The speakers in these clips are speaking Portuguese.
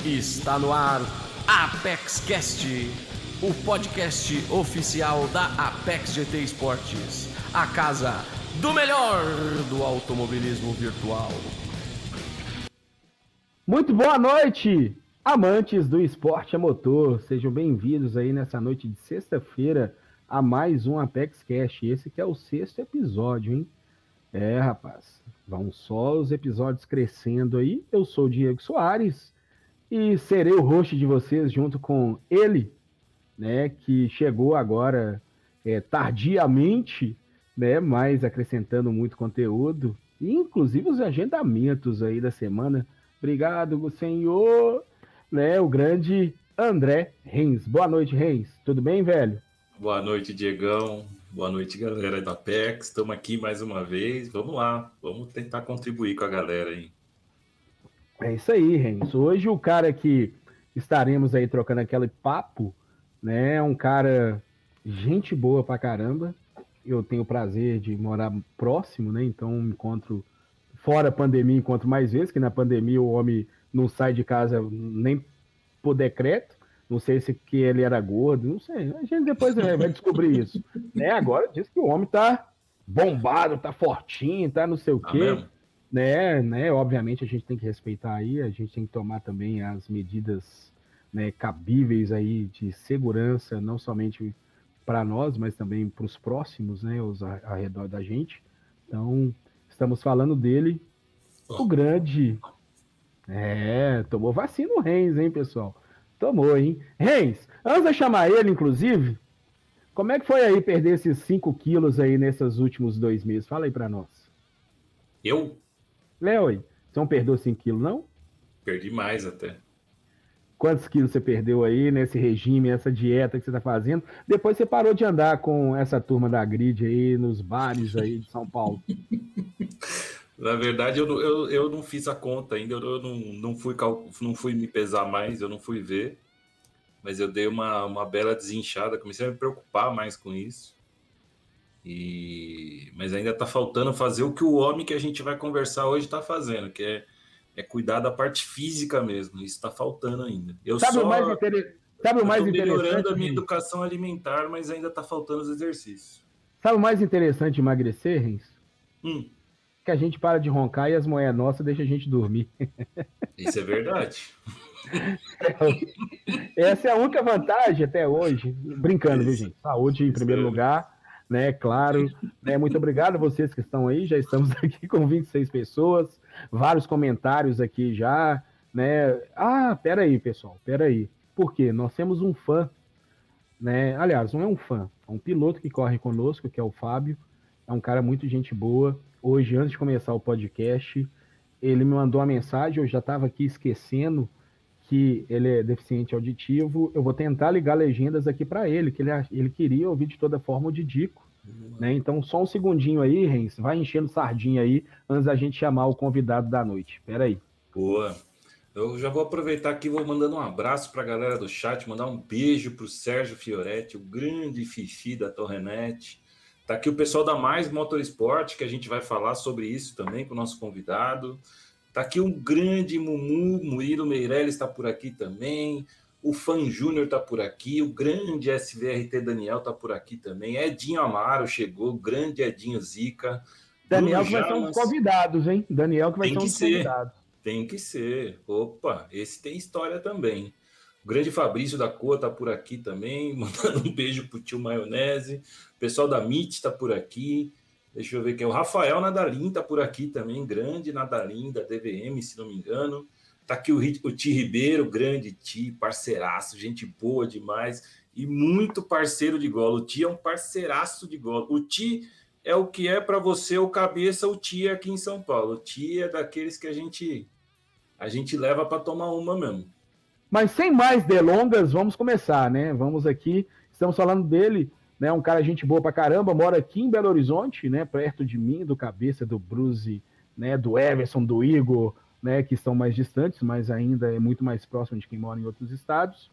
Está no ar ApexCast, o podcast oficial da Apex GT Esportes, a casa do melhor do automobilismo virtual. Muito boa noite, amantes do esporte a motor. Sejam bem-vindos aí nessa noite de sexta-feira a mais um ApexCast. Esse que é o 6º episódio, hein? Rapaz, vão só os episódios crescendo aí. Eu sou o Diego Soares e serei o host de vocês junto com ele, né, que chegou agora tardiamente, né, mas acrescentando muito conteúdo, inclusive os agendamentos aí da semana. Obrigado, senhor, né, o grande André Reis. Boa noite, Reis. Tudo bem, velho? Boa noite, Diegão. Boa noite, galera da Apex. Estamos aqui mais uma vez. Vamos lá, vamos tentar contribuir com a galera aí. É isso aí, Reis. Hoje o cara que estaremos aí trocando aquele papo, né, é um cara gente boa pra caramba. Eu tenho o prazer de morar próximo, né, então encontro fora a pandemia, encontro mais vezes, que na pandemia o homem não sai de casa nem por decreto. Não sei se que ele era gordo, não sei. A gente depois vai descobrir isso. Né? Agora diz que o homem tá bombado, tá fortinho, tá não sei o quê. Né? Obviamente a gente tem que respeitar aí, a gente tem que tomar também as medidas, né, cabíveis aí de segurança, não somente para nós, mas também para os próximos, né, os ao redor da gente. Então, estamos falando dele, o grande... tomou vacina o Reis, hein, pessoal? Tomou, hein? Reis, antes de chamar ele, inclusive, como é que foi aí perder esses 5 quilos aí nesses últimos 2 meses? Fala aí pra nós. Eu? Léo, você não perdeu 5 quilos, não? Perdi mais até. Quantos quilos você perdeu aí nesse regime, essa dieta que você tá fazendo? Depois você parou de andar com essa turma da grid aí, nos bares aí de São Paulo. Na verdade, eu não fiz a conta ainda, eu não fui me pesar mais, eu não fui ver, mas eu dei uma bela desinchada, comecei a me preocupar mais com isso, mas ainda está faltando fazer o que o homem que a gente vai conversar hoje está fazendo, que é cuidar da parte física mesmo, isso está faltando ainda. Sabe o mais interessante? Melhorando a minha educação alimentar, mas ainda está faltando os exercícios. Sabe o mais interessante de emagrecer, Reis? Que a gente para de roncar e as moedas nossas deixam a gente dormir. Isso é verdade. Essa é a única vantagem até hoje. Brincando, viu, gente? Saúde em primeiro lugar, né? Claro. Né? Muito obrigado a vocês que estão aí. Já estamos aqui com 26 pessoas. Vários comentários aqui já, né? Peraí, pessoal, peraí. Por quê? Nós temos um fã, né? Aliás, não é um fã, é um piloto que corre conosco, que é o Fábio. É um cara muito gente boa. Hoje, antes de começar o podcast, ele me mandou uma mensagem, eu já estava aqui esquecendo que ele é deficiente auditivo. Eu vou tentar ligar legendas aqui para ele, que ele queria ouvir de toda forma o Didico. Né? Então, só um segundinho aí, Reis, vai enchendo sardinha aí, antes da gente chamar o convidado da noite. Espera aí. Boa. Eu já vou aproveitar aqui, vou mandando um abraço para a galera do chat, mandar um beijo para o Sérgio Fioretti, o grande Fifi da Torrenete. Tá aqui o pessoal da Mais Motorsport, que a gente vai falar sobre isso também com o nosso convidado. Tá aqui um grande Mumu, Murilo Meirelles está por aqui também. O Fan Júnior tá por aqui. O grande SVRT Daniel tá por aqui também. Edinho Amaro chegou, grande Edinho Zica. Daniel Bruno que vai ser um dos convidados, hein? Daniel que vai ser um dos convidados. Tem que ser. Opa, esse tem história também. O grande Fabrício da Coa tá por aqui também, mandando um beijo pro tio Maionese. O pessoal da MIT tá por aqui. Deixa eu ver quem é. O Rafael Nadalim tá por aqui também, grande Nadalim da DVM, se não me engano. Tá aqui o Ti Ribeiro, grande Ti, parceiraço, gente boa demais e muito parceiro de gola. O Ti é um parceiraço de gola. O Ti é o que é para você o cabeça, o Ti é aqui em São Paulo. O Ti é daqueles que a gente leva para tomar uma mesmo. Mas sem mais delongas, vamos começar, né? Vamos aqui, estamos falando dele, né? Um cara gente boa pra caramba, mora aqui em Belo Horizonte, né? Perto de mim, do Cabeça, do Bruce, né? Do Everson, do Igor, né? Que estão mais distantes, mas ainda é muito mais próximo de quem mora em outros estados.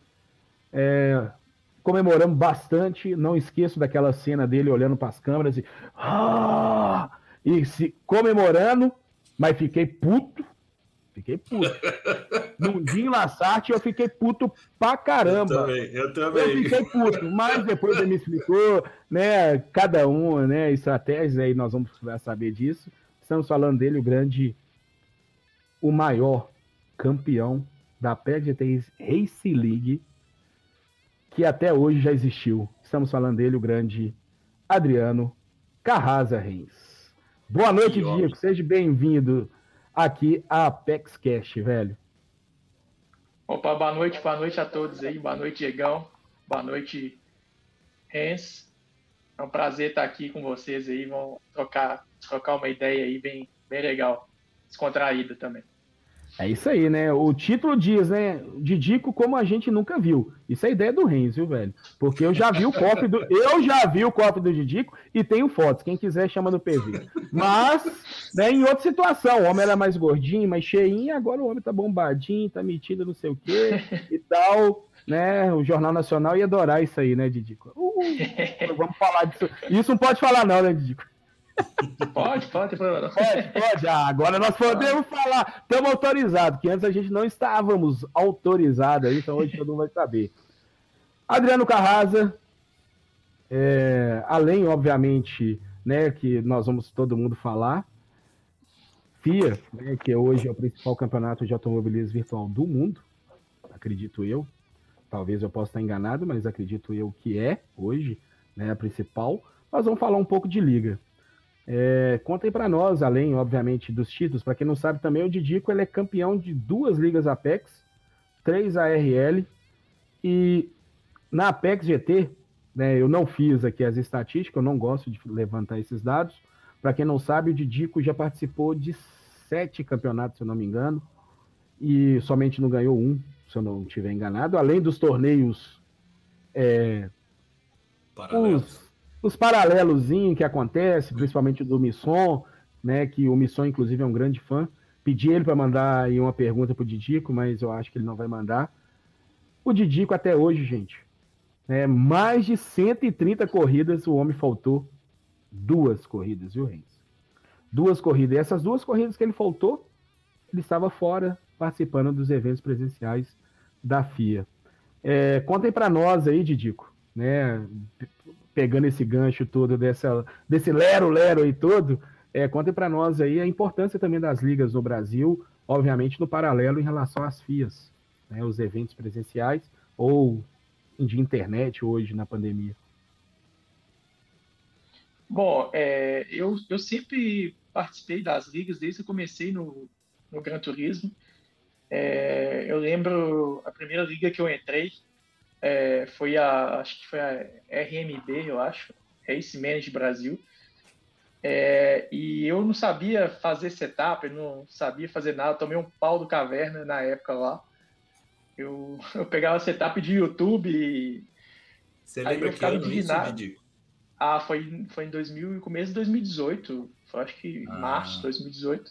Comemoramos bastante, não esqueço daquela cena dele olhando para as câmeras e se comemorando, mas fiquei puto. Nundinho Lassarte, eu fiquei puto pra caramba. Eu também. Eu fiquei puto, mas depois ele me explicou, né, cada um, né, estratégias, aí nós vamos saber disso. Estamos falando dele, o maior campeão da PEGTEIS Race League, que até hoje já existiu. Estamos falando dele, o grande Adriano Carrasa Reis. Boa noite, Diego. Seja bem-vindo aqui à Apex Cash, velho. Opa, boa noite a todos aí. Boa noite, Diegão. Boa noite, Rens. É um prazer estar aqui com vocês aí. Vamos trocar uma ideia aí bem legal, descontraída também. É isso aí, né? O título diz, né? Didico como a gente nunca viu. Isso é ideia do Renz, viu, velho? Porque eu já vi o cofre do Didico e tenho fotos. Quem quiser chama no PV. Mas, né, em outra situação, o homem era mais gordinho, mais cheinho, agora o homem tá bombadinho, tá metido não sei o quê e tal, né? O Jornal Nacional ia adorar isso aí, né, Didico? Vamos falar disso. Isso não pode falar não, né, Didico? Pode. Pode. Agora nós podemos falar. Estamos autorizados, que antes a gente não estávamos autorizados, aí, então hoje todo mundo vai saber. Adriano Carrasa, além, obviamente, né, que nós vamos todo mundo falar, FIA, né, que hoje é o principal campeonato de automobilismo virtual do mundo, acredito eu. Talvez eu possa estar enganado, mas acredito eu que é hoje, né, a principal. Nós vamos falar um pouco de liga. Contem para nós, além, obviamente, dos títulos. Para quem não sabe também, o Didico ele é campeão de 2 ligas Apex, 3 ARL, e na Apex GT, né, eu não fiz aqui as estatísticas, eu não gosto de levantar esses dados. Para quem não sabe, o Didico já participou de 7 campeonatos, se eu não me engano, e somente não ganhou um, se eu não estiver enganado, além dos torneios os paralelozinhos que acontece, principalmente do Misson, né, que o Misson, inclusive, é um grande fã. Pedi ele para mandar aí uma pergunta pro Didico, mas eu acho que ele não vai mandar. O Didico, até hoje, gente, mais de 130 corridas, o homem faltou 2 corridas, viu, Renz? 2 corridas. E essas 2 corridas que ele faltou, ele estava fora, participando dos eventos presenciais da FIA. Contem para nós aí, Didico, né, pegando esse gancho todo desse lero aí todo, contem para nós aí a importância também das ligas no Brasil, obviamente no paralelo em relação às FIAs, né, os eventos presenciais ou de internet hoje na pandemia. Bom, eu sempre participei das ligas desde que eu comecei no Gran Turismo. Eu lembro a primeira liga que eu entrei, acho que foi a RMB, eu acho, Race Manage Brasil, e eu não sabia fazer setup, eu não sabia fazer nada, tomei um pau do Caverna na época lá. Eu pegava setup de YouTube e você lembra que ano isso, Didico? Foi em começo de 2018, foi, acho que março de 2018.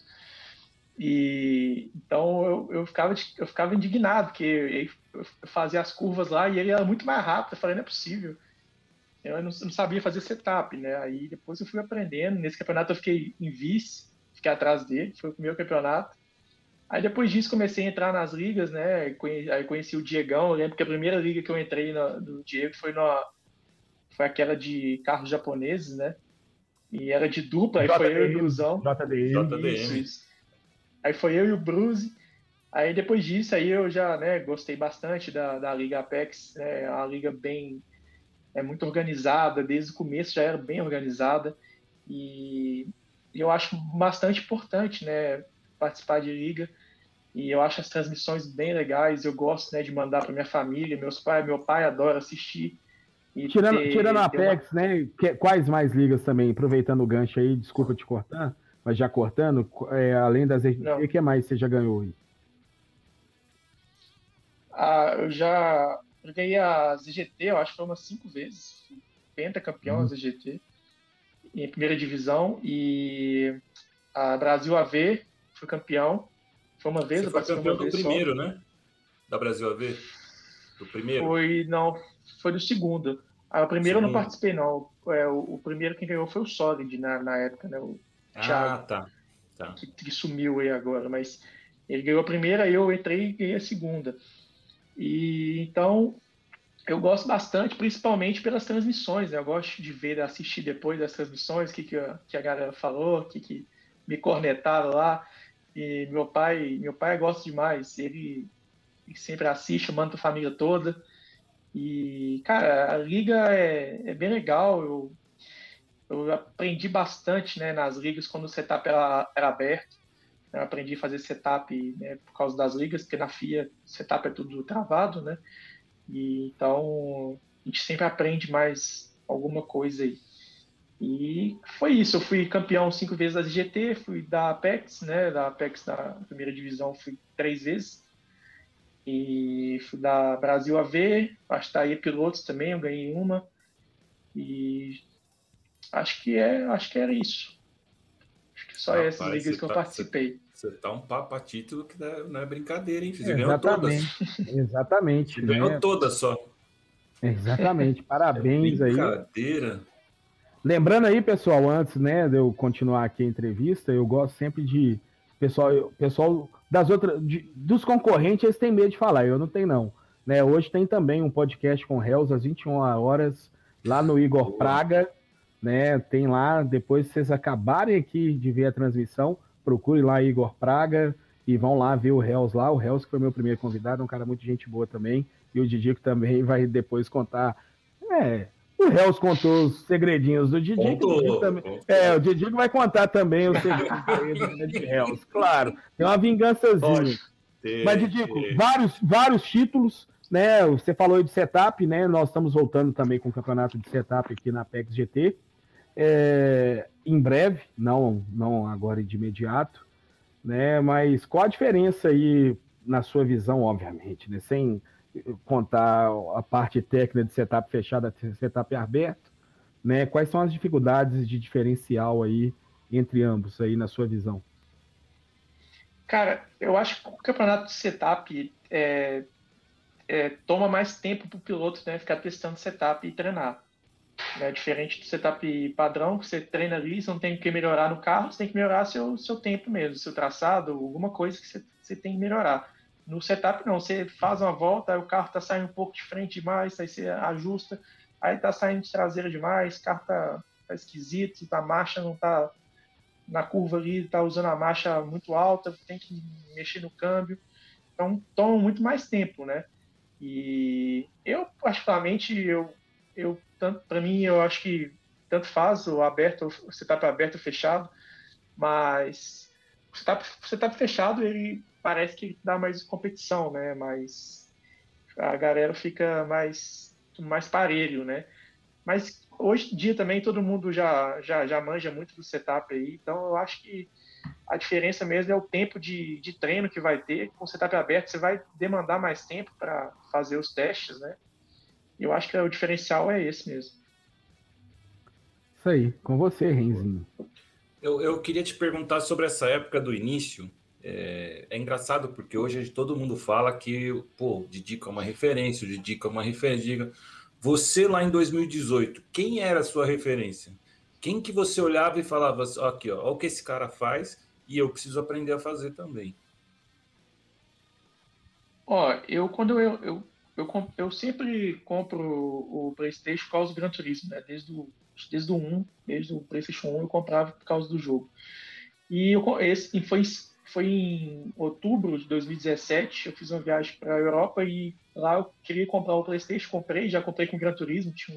E então eu ficava indignado, porque eu fazia as curvas lá e ele era muito mais rápido. Eu falei, não é possível. Eu não sabia fazer setup, né? Aí depois eu fui aprendendo. Nesse campeonato eu fiquei em vice, fiquei atrás dele, foi o primeiro campeonato. Aí depois disso comecei a entrar nas ligas, né? Aí conheci o Diegão. Eu lembro que a primeira liga que eu entrei do Diego foi aquela de carros japoneses, né? E era de dupla, aí foi eu e o Bruzão. JDM. Isso. Aí foi eu e o Bruce. Aí depois disso, aí eu já, né, gostei bastante da Liga Apex. É uma liga muito organizada, desde o começo já era bem organizada. E eu acho bastante importante, né, participar de liga. E eu acho as transmissões bem legais. Eu gosto, né, de mandar para minha família. Meu pai adora assistir. E tirando a Apex, né, quais mais ligas também? Aproveitando o gancho aí, desculpa te cortar. Mas já cortando, além das EGT, o que mais você já ganhou aí? Eu já ganhei a ZGT, eu acho que foi umas 5 vezes. Pentacampeão a ZGT, em primeira divisão. E a Brasil AV, fui campeão. Foi uma vez. Você foi campeão do primeiro, né? Da Brasil AV? Do primeiro? Foi do segundo. O primeiro eu não participei, não. O primeiro quem ganhou foi o Solid na época, né? O Thiago, tá. Que sumiu aí agora, mas Ele ganhou a primeira, eu entrei e ganhei a segunda. E então eu gosto bastante, principalmente pelas transmissões, né? Eu gosto de ver, assistir depois das transmissões, o que a galera falou, o que me cornetaram lá. E meu pai gosta demais, ele sempre assiste, manda a família toda. E, cara, a liga é bem legal. Eu aprendi bastante, né, nas ligas quando o setup era aberto. Eu aprendi a fazer setup, né, por causa das ligas, porque na FIA setup é tudo travado, né? E então a gente sempre aprende mais alguma coisa aí. E foi isso. Eu fui campeão 5 vezes da GT, fui da Apex, né? Da Apex da primeira divisão fui 3 vezes. E fui da Brasil AV, acho que daí pilotos também, eu ganhei uma. E acho que era isso. Acho que só essas Rapaz, ligas que eu participei. Você tá um papo a título que não é brincadeira, hein? Você ganhou todas. Exatamente, exatamente. Você ganhou todas só. Exatamente, parabéns aí. Brincadeira. Lembrando aí, pessoal, antes, né, de eu continuar aqui a entrevista, eu gosto sempre de pessoal das outras, dos concorrentes, eles têm medo de falar, eu não tenho não. Né, hoje tem também um podcast com o Hells às 21 horas lá no Igor Praga, né? Tem lá, depois que vocês acabarem aqui de ver a transmissão, procure lá Igor Praga e vão lá ver o Hells lá. O Hells que foi meu primeiro convidado, um cara muito gente boa também, e o Didico também vai depois contar. O Hells contou os segredinhos do Didico. O Didico vai contar também os segredinhos de Hells. Claro, tem uma vingançazinha. Mas, Didico, vários títulos, né? Você falou aí de setup, né? Nós estamos voltando também com o campeonato de setup aqui na Apex GT. Em breve, não agora de imediato, né? Mas qual a diferença aí, na sua visão, obviamente, né? Sem contar a parte técnica de setup fechado, setup aberto, né? Quais são as dificuldades de diferencial aí entre ambos aí na sua visão? Cara, eu acho que o campeonato de setup toma mais tempo para o piloto, né, ficar testando setup e treinar. Né? Diferente do setup padrão, que você treina ali, você não tem que melhorar no carro, você tem que melhorar seu tempo mesmo, seu traçado, alguma coisa que você tem que melhorar. No setup não, você faz uma volta, aí o carro está saindo um pouco de frente demais, aí você ajusta, aí está saindo de traseira demais, o carro tá esquisito, a marcha não está na curva ali, está usando a marcha muito alta, tem que mexer no câmbio, então toma muito mais tempo, né? E eu, particularmente, para mim, eu acho que tanto faz o setup aberto ou fechado, mas o setup fechado, ele parece que dá mais competição, né? Mas a galera fica mais parelho, né? Mas hoje em dia também todo mundo já manja muito do setup aí, então eu acho que a diferença mesmo é o tempo de treino que vai ter. Com o setup aberto, você vai demandar mais tempo para fazer os testes, né? E eu acho que o diferencial é esse mesmo. Isso aí, com você, Renzinho. Eu queria te perguntar sobre essa época do início. É engraçado porque hoje todo mundo fala que, o Didico é uma referência, o Didico é uma referência. Você lá em 2018, quem era a sua referência? Quem que você olhava e falava, aqui, ó, olha o que esse cara faz e eu preciso aprender a fazer também? Ó, eu sempre compro o PlayStation por causa do Gran Turismo, né? Desde o PlayStation 1 eu comprava por causa do jogo. E foi em outubro de 2017, eu fiz uma viagem para a Europa e lá eu queria comprar o PlayStation, já comprei com o Gran Turismo, tinha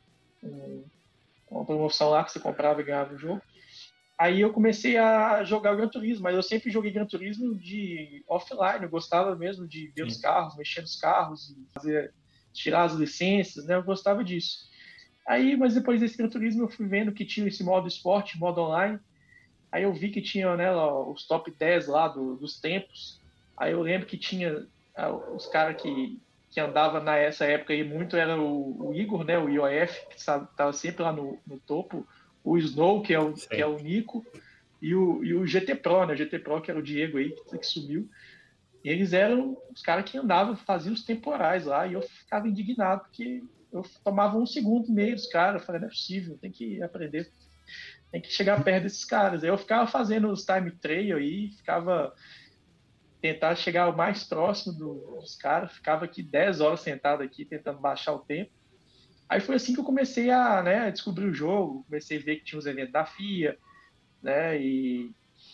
uma promoção lá que você comprava e ganhava o jogo. Aí eu comecei a jogar o Gran Turismo, mas eu sempre joguei Gran Turismo de offline, eu gostava mesmo de ver os carros, mexer nos carros, tirar as licenças, né? Eu gostava disso. Aí, mas depois desse Gran Turismo eu fui vendo que tinha esse modo esporte, modo online. Aí eu vi que tinha, né, os top 10 lá dos tempos. Aí eu lembro que tinha os caras que andava nessa época aí muito, era o Igor, né, o IOF, que estava sempre lá no topo, o Snow, que é o Nico, e o GT Pro, né, o GT Pro, que era o Diego aí, que sumiu. E eles eram os caras que andavam, faziam os temporais lá, e eu ficava indignado, porque eu tomava 1 segundo e meio dos caras. Eu falei, não é possível, tem que aprender, tem que chegar perto desses caras. Aí eu ficava fazendo os time trial aí, ficava tentar chegar o mais próximo dos caras. Ficava aqui 10 horas sentado aqui, tentando baixar o tempo. Aí foi assim que eu comecei a, né, descobrir o jogo, comecei a ver que tinha os eventos da FIA, né, e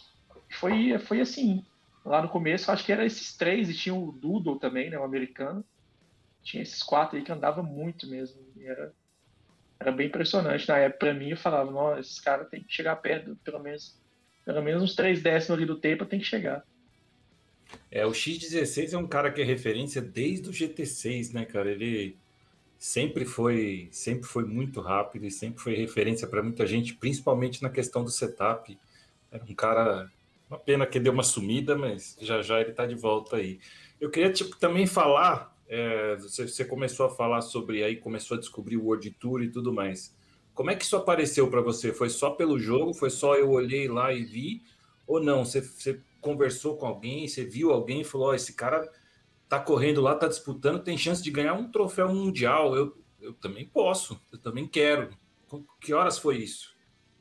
foi assim. Lá no começo, acho que eram esses 3, e tinha o Doodle também, né, o americano. Tinha esses 4 aí que andava muito mesmo. E era bem impressionante. Na época, para mim, eu falava, nossa, esses caras têm que chegar perto, pelo menos uns 3 décimos ali do tempo, tem que chegar. O X16 é um cara que é referência desde o GT6, né, cara? Ele sempre foi muito rápido e sempre foi referência para muita gente, principalmente na questão do setup. Era um cara, uma pena que deu uma sumida, mas já ele tá de volta aí. Eu queria também falar, você começou a falar sobre, aí começou a descobrir o World Tour e tudo mais. Como é que isso apareceu para você? Foi só pelo jogo? Foi só eu olhei lá e vi? Ou não? Você conversou com alguém, você viu alguém e falou, esse cara tá correndo lá, tá disputando, tem chance de ganhar um troféu mundial, eu também posso, eu também quero. Que horas foi isso?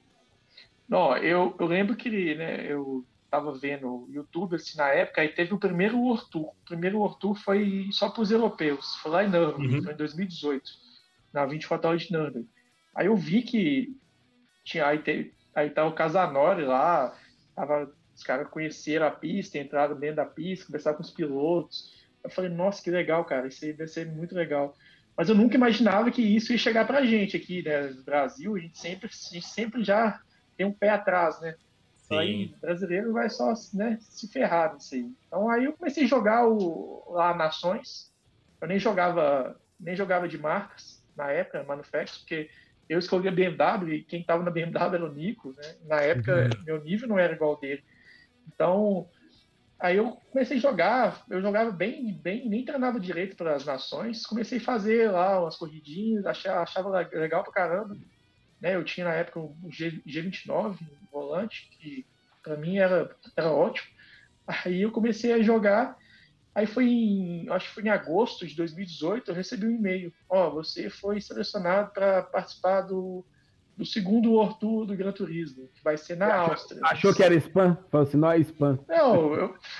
Não, eu lembro que, né, eu tava vendo o YouTube assim, na época, aí teve o primeiro World Tour. O primeiro World Tour foi só para os europeus, foi lá em Nürburgring, foi em 2018, na 24 horas de Nürburgring. Aí eu vi que tinha, aí tava o Casanori lá, os caras conheceram a pista, entraram dentro da pista, conversaram com os pilotos. Eu falei, nossa, que legal, cara, isso aí deve ser muito legal. Mas eu nunca imaginava que isso ia chegar pra gente aqui, né, no Brasil. A gente sempre já tem um pé atrás, né? Então, aí brasileiro vai só, né, se ferrar nisso aí. Então aí eu comecei a jogar lá Nações. Eu nem jogava de marcas na época, Manufacture, porque eu escolhi a BMW e quem estava na BMW era o Nico, né? Na época meu nível não era igual ao dele. Então aí eu comecei a jogar, eu jogava bem, nem treinava direito para as Nações, comecei a fazer lá umas corridinhas, achava legal pra caramba. Né, eu tinha na época o G29 volante, que para mim era ótimo. Aí eu comecei a jogar, aí acho que foi em agosto de 2018, eu recebi um e-mail. Você foi selecionado para participar do segundo World Tour do Gran Turismo, que vai ser na Áustria. Achou que era spam? Falou assim, não é spam. Não,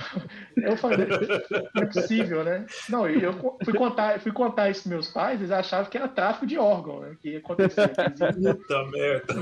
eu falei, não é possível, né? Não, eu fui contar isso para meus pais, eles achavam que era tráfico de órgão, né? Que ia acontecer. Puta merda.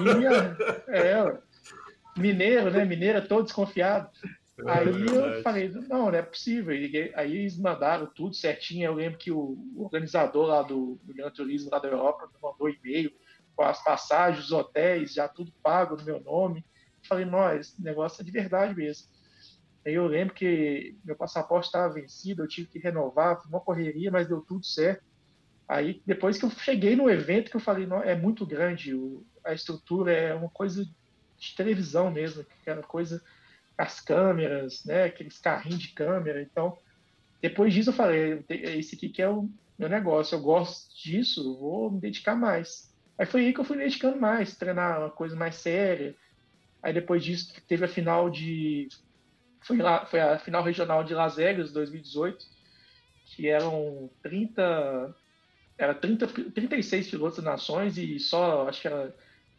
Mineiro, né? Mineiro todo desconfiado. Aí eu falei, não é possível. Aí eles mandaram tudo certinho. Eu lembro que o organizador lá do Gran Turismo lá da Europa mandou e-mail com as passagens, os hotéis, já tudo pago no meu nome. Falei, esse negócio é de verdade mesmo. Aí eu lembro que meu passaporte estava vencido, eu tive que renovar, foi uma correria, mas deu tudo certo. Aí depois que eu cheguei no evento, que eu falei, é muito grande, a estrutura é uma coisa de televisão mesmo, aquela coisa, as câmeras, né, aqueles carrinhos de câmera. Então, depois disso eu falei, esse aqui que é o meu negócio, eu gosto disso, vou me dedicar mais. Aí foi aí que eu fui me dedicando mais, treinar uma coisa mais séria. Aí depois disso teve a final foi a final regional de Las Vegas 2018, que eram 36 pilotos das nações e só, acho que era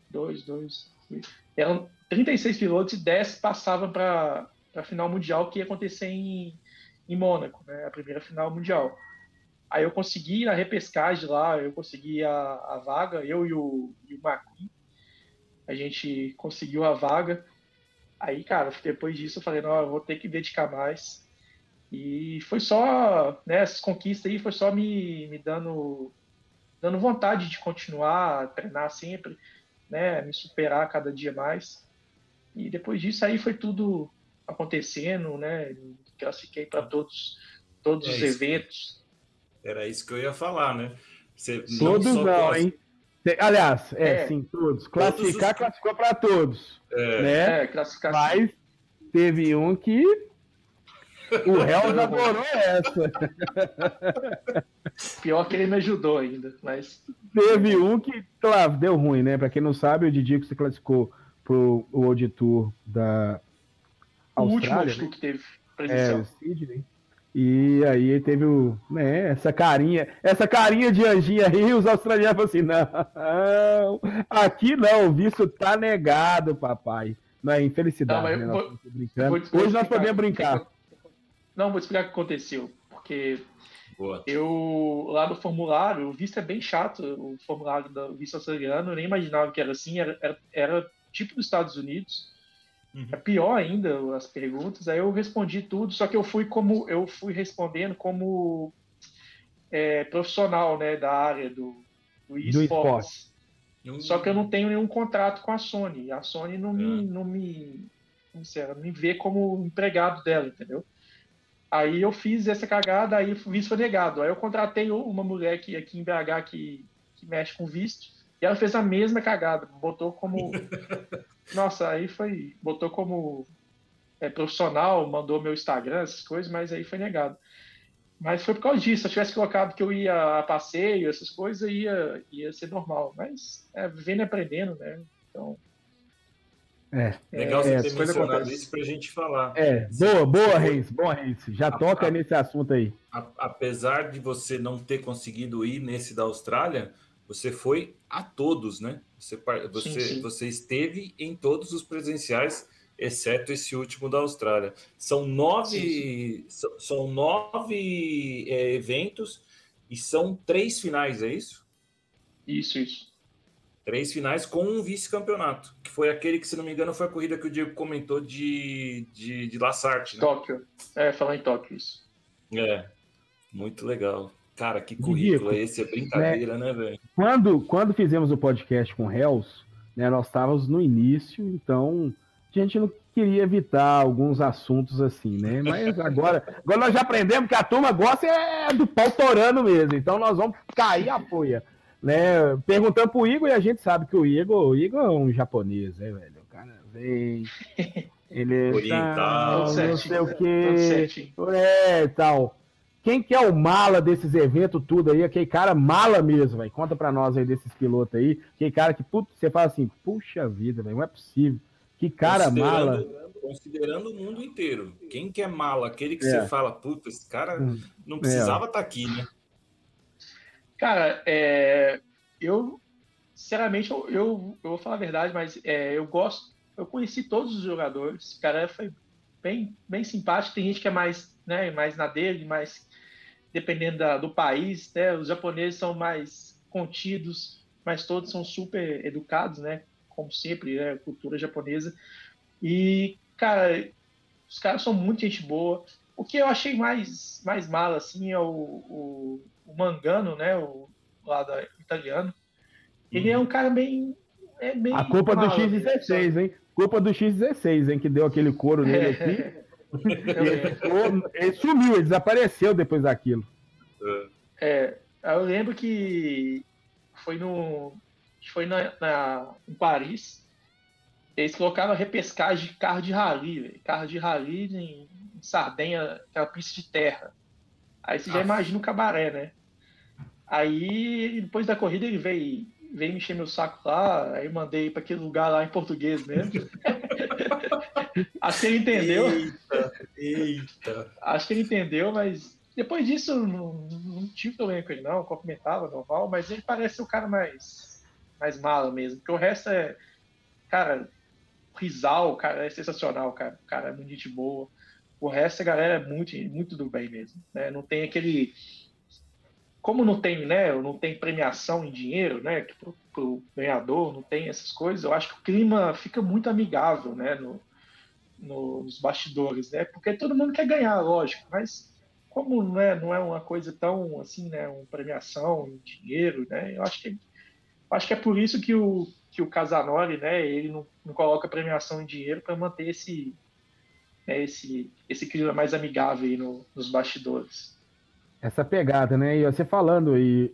eram 36 pilotos e 10 passavam para a final mundial que ia acontecer em Mônaco, né, a primeira final mundial. Aí eu consegui na repescagem lá, eu consegui a vaga, eu e o McQueen, a gente conseguiu a vaga. Aí, cara, depois disso eu falei, eu vou ter que dedicar mais. E foi só, né, essas conquistas aí, foi só me dando vontade de continuar a treinar sempre, né, me superar cada dia mais. E depois disso aí foi tudo acontecendo, né, classifiquei para todos os eventos. Era isso que eu ia falar, né? Todos não, hein? Aliás, sim, todos. Classificou para todos. Né? Classificar. Mas teve um que o réu adorou essa. Pior que ele me ajudou ainda, mas... Teve um que, claro, deu ruim, né? Para quem não sabe, o Didico se classificou pro World Tour da Austrália. O último Tour que teve presencial. O Sydney. E aí teve essa carinha de anjinha aí, os australianos falaram assim, não, aqui não, o visto tá negado, papai. Não é infelicidade, né? Nós brincando. Hoje nós podemos brincar. Não, vou explicar o que aconteceu, porque Boa. eu, lá no formulário, o visto é bem chato, o formulário do visto australiano, eu nem imaginava que era assim, era tipo dos Estados Unidos, é pior ainda as perguntas, aí eu respondi tudo, só que eu fui respondendo como profissional, né, da área do Do esportes. esporte. Só que eu não tenho nenhum contrato com a Sony. A Sony não me vê como empregado dela, entendeu? Aí eu fiz essa cagada, aí o visto foi negado. Aí eu contratei uma mulher aqui em BH que mexe com visto, e ela fez a mesma cagada. Botou como... Nossa, aí foi... Botou como profissional, mandou meu Instagram, essas coisas, mas aí foi negado. Mas foi por causa disso. Se eu tivesse colocado que eu ia a passeio, essas coisas, ia ser normal. Mas vivendo e aprendendo, né? Então... Legal você ter mencionado acontece. isso para a gente falar. Boa, Reis. Bom, Reis. Já toca nesse assunto aí. Apesar de você não ter conseguido ir nesse da Austrália, você foi a todos, né? Você esteve em todos os presenciais, exceto esse último da Austrália. São 9 eventos e são 3 finais, é isso? Isso. 3 finais com um vice-campeonato, que foi aquele que, se não me engano, foi a corrida que o Diego comentou de Lassarte, né? Tóquio. Falar em Tóquio, isso. Muito legal. Cara, que currículo esse, é brincadeira, né, velho? Quando fizemos o podcast com o Hells, né, nós estávamos no início, então a gente não queria evitar alguns assuntos assim, né? Mas agora nós já aprendemos que a turma gosta do pau torando mesmo, então nós vamos cair a folha. Né, perguntando pro Igor, e a gente sabe que o Igor é um japonês, né, velho? O cara vem, ele oriental, não sei o que, tal. Quem que é o mala desses eventos tudo aí? Aquele cara mala mesmo, velho. Conta pra nós aí desses pilotos aí. Aquele cara que, você fala assim, puxa vida, velho, não é possível. Que cara mala. Considerando o mundo inteiro. Quem que é mala? Aquele que você fala, puta, esse cara não precisava estar aqui, né? Cara, eu, sinceramente, eu vou falar a verdade, mas eu conheci todos os jogadores, o cara foi bem, bem simpático, tem gente que é mais, né, mais na dele, mais dependendo do país, né, os japoneses são mais contidos, mas todos são super educados, né, como sempre, né, cultura japonesa, e, cara, os caras são muito gente boa. O que eu achei mais mala, assim, é o Mangano, né? O lado italiano. Ele é um cara bem a culpa do X16, hein? Culpa do X16, hein? Que deu aquele couro nele aqui. Ele sumiu, ele desapareceu depois daquilo. Eu lembro que foi em Paris. Eles colocaram a repescagem de carro de rally, velho. Carro de rally em Sardenha, aquela pista de terra. Aí você já imagina o cabaré, né? Aí, depois da corrida, ele veio me encher meu saco lá, aí eu mandei para aquele lugar lá em português mesmo. Acho que ele entendeu. Eita. Acho que ele entendeu, mas depois disso não tive problema com ele, não. Eu cumprimentava, normal, mas ele parece o cara mais mala mesmo. Porque o resto cara, o Rizal, cara, é sensacional, cara. O cara é muito gente boa. O resto, a galera é muito, muito do bem mesmo, né? Não tem aquele... Como não tem, né? Não tem premiação em dinheiro, né? Pro ganhador, não tem essas coisas. Eu acho que o clima fica muito amigável, né? Nos bastidores, né? Porque todo mundo quer ganhar, lógico, mas como não é uma coisa tão assim, né? Uma premiação em dinheiro, né? Eu acho que é por isso que o Casanoli, né? Ele não coloca premiação em dinheiro para manter esse clima mais amigável aí nos bastidores. Essa pegada, né? E você falando aí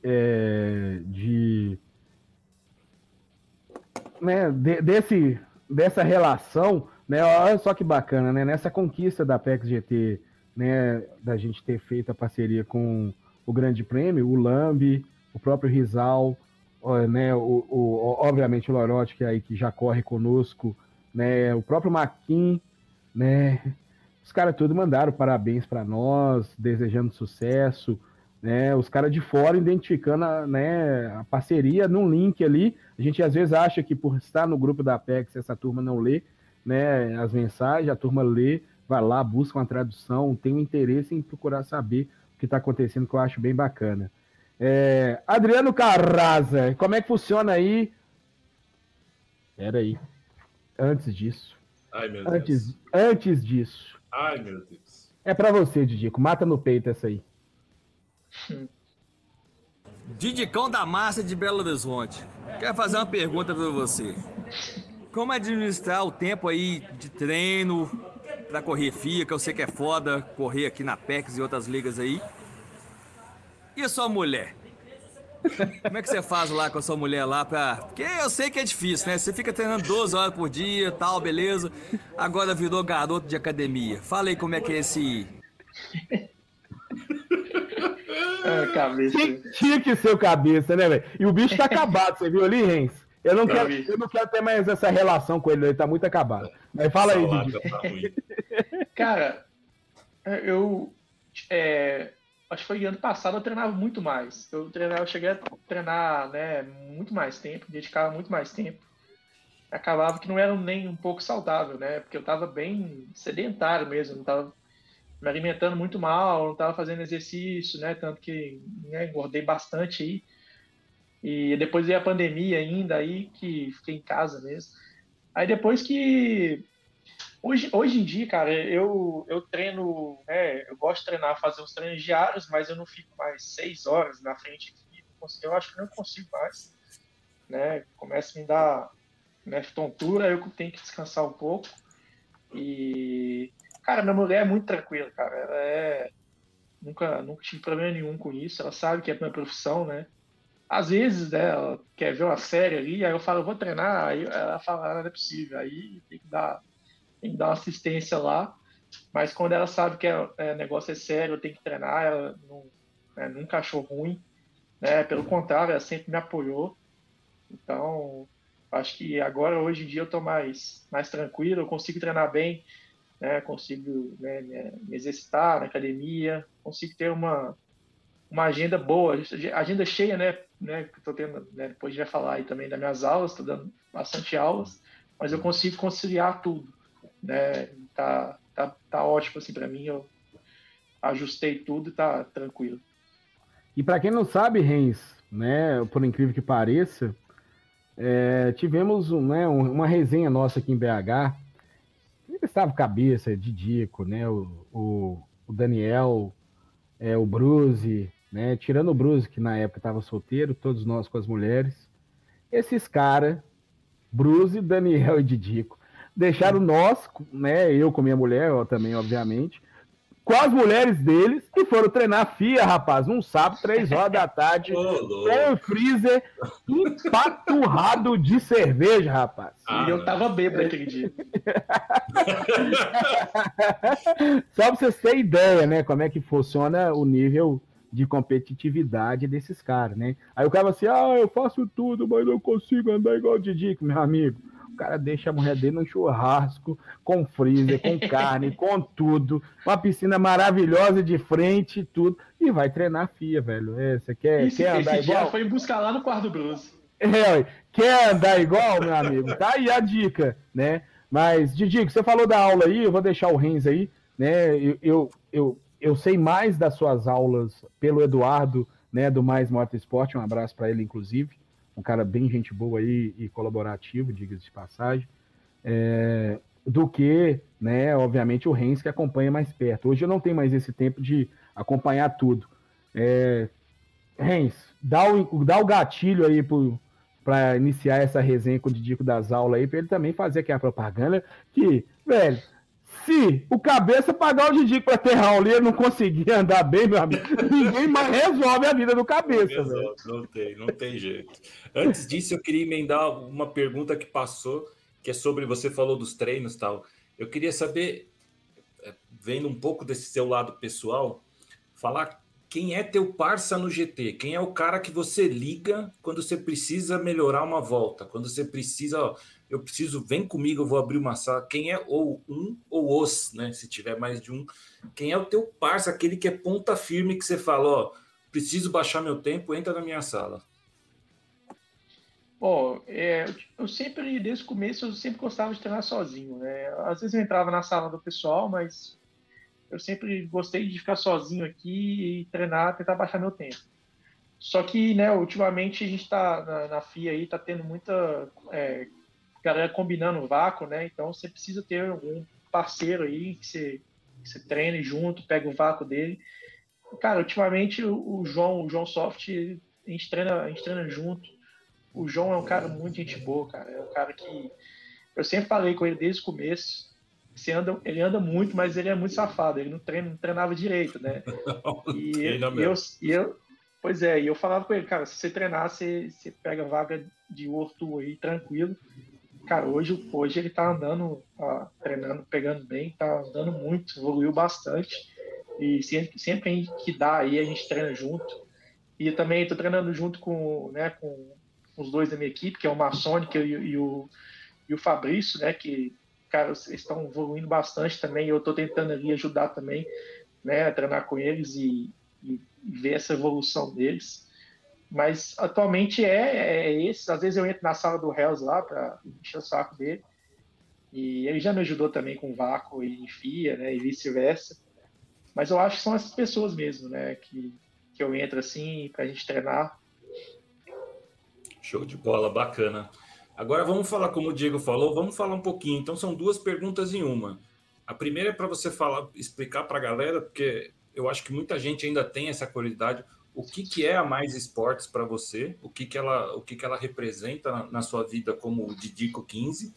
né, dessa relação, né? Olha só que bacana, né? Nessa conquista da Apex GT, né? Da gente ter feito a parceria com o Grande Prêmio, o Lambi, o próprio Rizal, né? Obviamente o Lorotti, que é aí que já corre conosco, né? O próprio Maquin, né? Os caras todos mandaram parabéns para nós, desejando sucesso, né? Os caras de fora identificando a parceria num link ali. A gente às vezes acha que por estar no grupo da Apex essa turma não lê, né, as mensagens, a turma lê, vai lá, busca uma tradução, tem um interesse em procurar saber o que está acontecendo, que eu acho bem bacana. Adriano Carraza, como é que funciona aí? Espera aí. Antes disso. Ai, meu Deus. Antes disso. Ai, meu Deus. É para você, Didico. Mata no peito essa aí. Didicão da Massa de Belo Horizonte. Quero fazer uma pergunta para você. Como administrar o tempo aí de treino para correr FIA, que eu sei que é foda, correr aqui na Apex e outras ligas aí? E a sua mulher? Como é que você faz lá com a sua mulher lá pra... Porque eu sei que é difícil, né? Você fica treinando 12 horas por dia, tal, beleza. Agora virou garoto de academia. Fala aí como é que é esse... Cabeça. Tinha que ser o cabeça, né, velho? E o bicho tá acabado, você viu ali, Rens? Eu não quero ter mais essa relação com ele, ele tá muito acabado. Mas fala aí, Didi. Cara, eu... acho que foi ano passado, eu treinava muito mais. Eu cheguei a treinar, né, muito mais tempo, dedicava muito mais tempo. Acabava que não era nem um pouco saudável, né? Porque eu estava bem sedentário mesmo, não estava me alimentando muito mal, não estava fazendo exercício, né? Tanto que, né, engordei bastante aí. E depois veio a pandemia ainda, aí que fiquei em casa mesmo. Aí depois que... Hoje em dia, cara, eu treino, né, eu gosto de treinar, fazer os treinos diários, mas eu não fico mais 6 horas na frente aqui. Eu acho que não consigo mais, né? Começa a me dar, né, tontura, eu tenho que descansar um pouco. E, cara, minha mulher é muito tranquila, cara. Ela nunca tive problema nenhum com isso. Ela sabe que é minha profissão, né? Às vezes, né, ela quer ver uma série ali, aí eu falo, eu vou treinar, aí ela fala, não é possível, aí tem que dar uma assistência lá, mas quando ela sabe que o negócio é sério, eu tenho que treinar, ela nunca achou ruim, né? Pelo contrário, ela sempre me apoiou. Então, acho que agora, hoje em dia, eu estou mais tranquilo, eu consigo treinar bem, né? Consigo, né, me exercitar na academia, consigo ter uma agenda boa, agenda cheia, né? Que estou tendo, né? Depois a gente vai falar aí também das minhas aulas, estou dando bastante aulas, mas eu consigo conciliar tudo, né? Tá ótimo assim para mim, eu ajustei tudo e tá tranquilo. E para quem não sabe, Rens, né, por incrível que pareça, tivemos uma resenha nossa aqui em BH. Ele estava cabeça, Didico, né, o Daniel, o Bruce, né, tirando o Bruce, que na época estava solteiro, todos nós com as mulheres. Esses caras, Bruce, Daniel e Didico, deixaram nós, né, eu com minha mulher, eu também, obviamente, com as mulheres deles, e foram treinar FIA, rapaz, num sábado, 3 horas da tarde, com o freezer empaturrado de cerveja, rapaz. E eu tava bêbado aquele dia. Só pra vocês terem ideia, né, como é que funciona o nível de competitividade desses caras, né? Aí o cara assim, eu faço tudo, mas não consigo andar igual o Didico, meu amigo. O cara deixa a mulher dele no churrasco, com freezer, com carne, com tudo, uma piscina maravilhosa de frente, tudo, e vai treinar FIA, velho. Você quer andar igual? Já foi buscar lá no quarto do Bruce. Quer andar igual, meu amigo? Tá aí a dica, né? Mas, Didico, você falou da aula aí, eu vou deixar o Rens aí, né? Eu sei mais das suas aulas pelo Eduardo, né, do Mais Motorsport, um abraço para ele, inclusive, um cara bem gente boa aí e colaborativo, diga-se de passagem, do que, né, obviamente, o Rens, que acompanha mais perto. Hoje eu não tenho mais esse tempo de acompanhar tudo. Rens, dá o gatilho aí para iniciar essa resenha com o Didico das aulas aí, para ele também fazer aqui a propaganda, que, velho, se o cabeça pagar o Didico para ter aula e ele não conseguir andar bem, meu amigo, ninguém mais resolve a vida do cabeça, velho. Não tem jeito. Antes disso, eu queria emendar uma pergunta que passou, que é sobre, você falou dos treinos e tal. Eu queria saber, vendo um pouco desse seu lado pessoal, falar quem é teu parça no GT, quem é o cara que você liga quando você precisa melhorar uma volta, quando você precisa, vem comigo, eu vou abrir uma sala, quem é ou os, né, se tiver mais de um, quem é o teu parça, aquele que é ponta firme, que você fala, preciso baixar meu tempo, entra na minha sala. Bom, eu sempre, desde o começo, eu sempre gostava de treinar sozinho, né? Às vezes eu entrava na sala do pessoal, mas eu sempre gostei de ficar sozinho aqui e treinar, tentar baixar meu tempo. Só que, né, ultimamente a gente está na FIA aí, tá tendo muita galera combinando vácuo, né? Então você precisa ter um parceiro aí que você treine junto, pega o vácuo dele. Cara, ultimamente o João Soft, a gente treina junto. O João é um cara muito gente boa, cara. É um cara que eu sempre falei com ele desde o começo. Ele anda muito, mas ele é muito safado. Ele não treinava direito, né? E, Treina e eu, mesmo. e eu, pois é, e eu falava com ele, cara, se você treinar, você pega vaga de World Tour aí, tranquilo. Cara, hoje ele tá andando, treinando, pegando bem, tá andando muito, evoluiu bastante. E sempre que dá aí, a gente treina junto. E também estou treinando junto com os dois da minha equipe, que é o Maçônica e o Fabrício, né? Que, cara, eles estão evoluindo bastante também. Eu estou tentando ali ajudar também, né? A treinar com eles e ver essa evolução deles. Mas atualmente é esse. Às vezes eu entro na sala do Hells lá para encher o saco dele. E ele já me ajudou também com vácuo e FIA, né? E vice-versa. Mas eu acho que são essas pessoas mesmo, né? Que eu entro assim para a gente treinar. Show de bola, bacana. Agora vamos falar, como o Diego falou, vamos falar um pouquinho. Então são duas perguntas em uma. A primeira é para você falar, explicar para a galera, porque eu acho que muita gente ainda tem essa curiosidade. O que é a Mais Esportes para você? O que ela representa na sua vida como o Didico 15?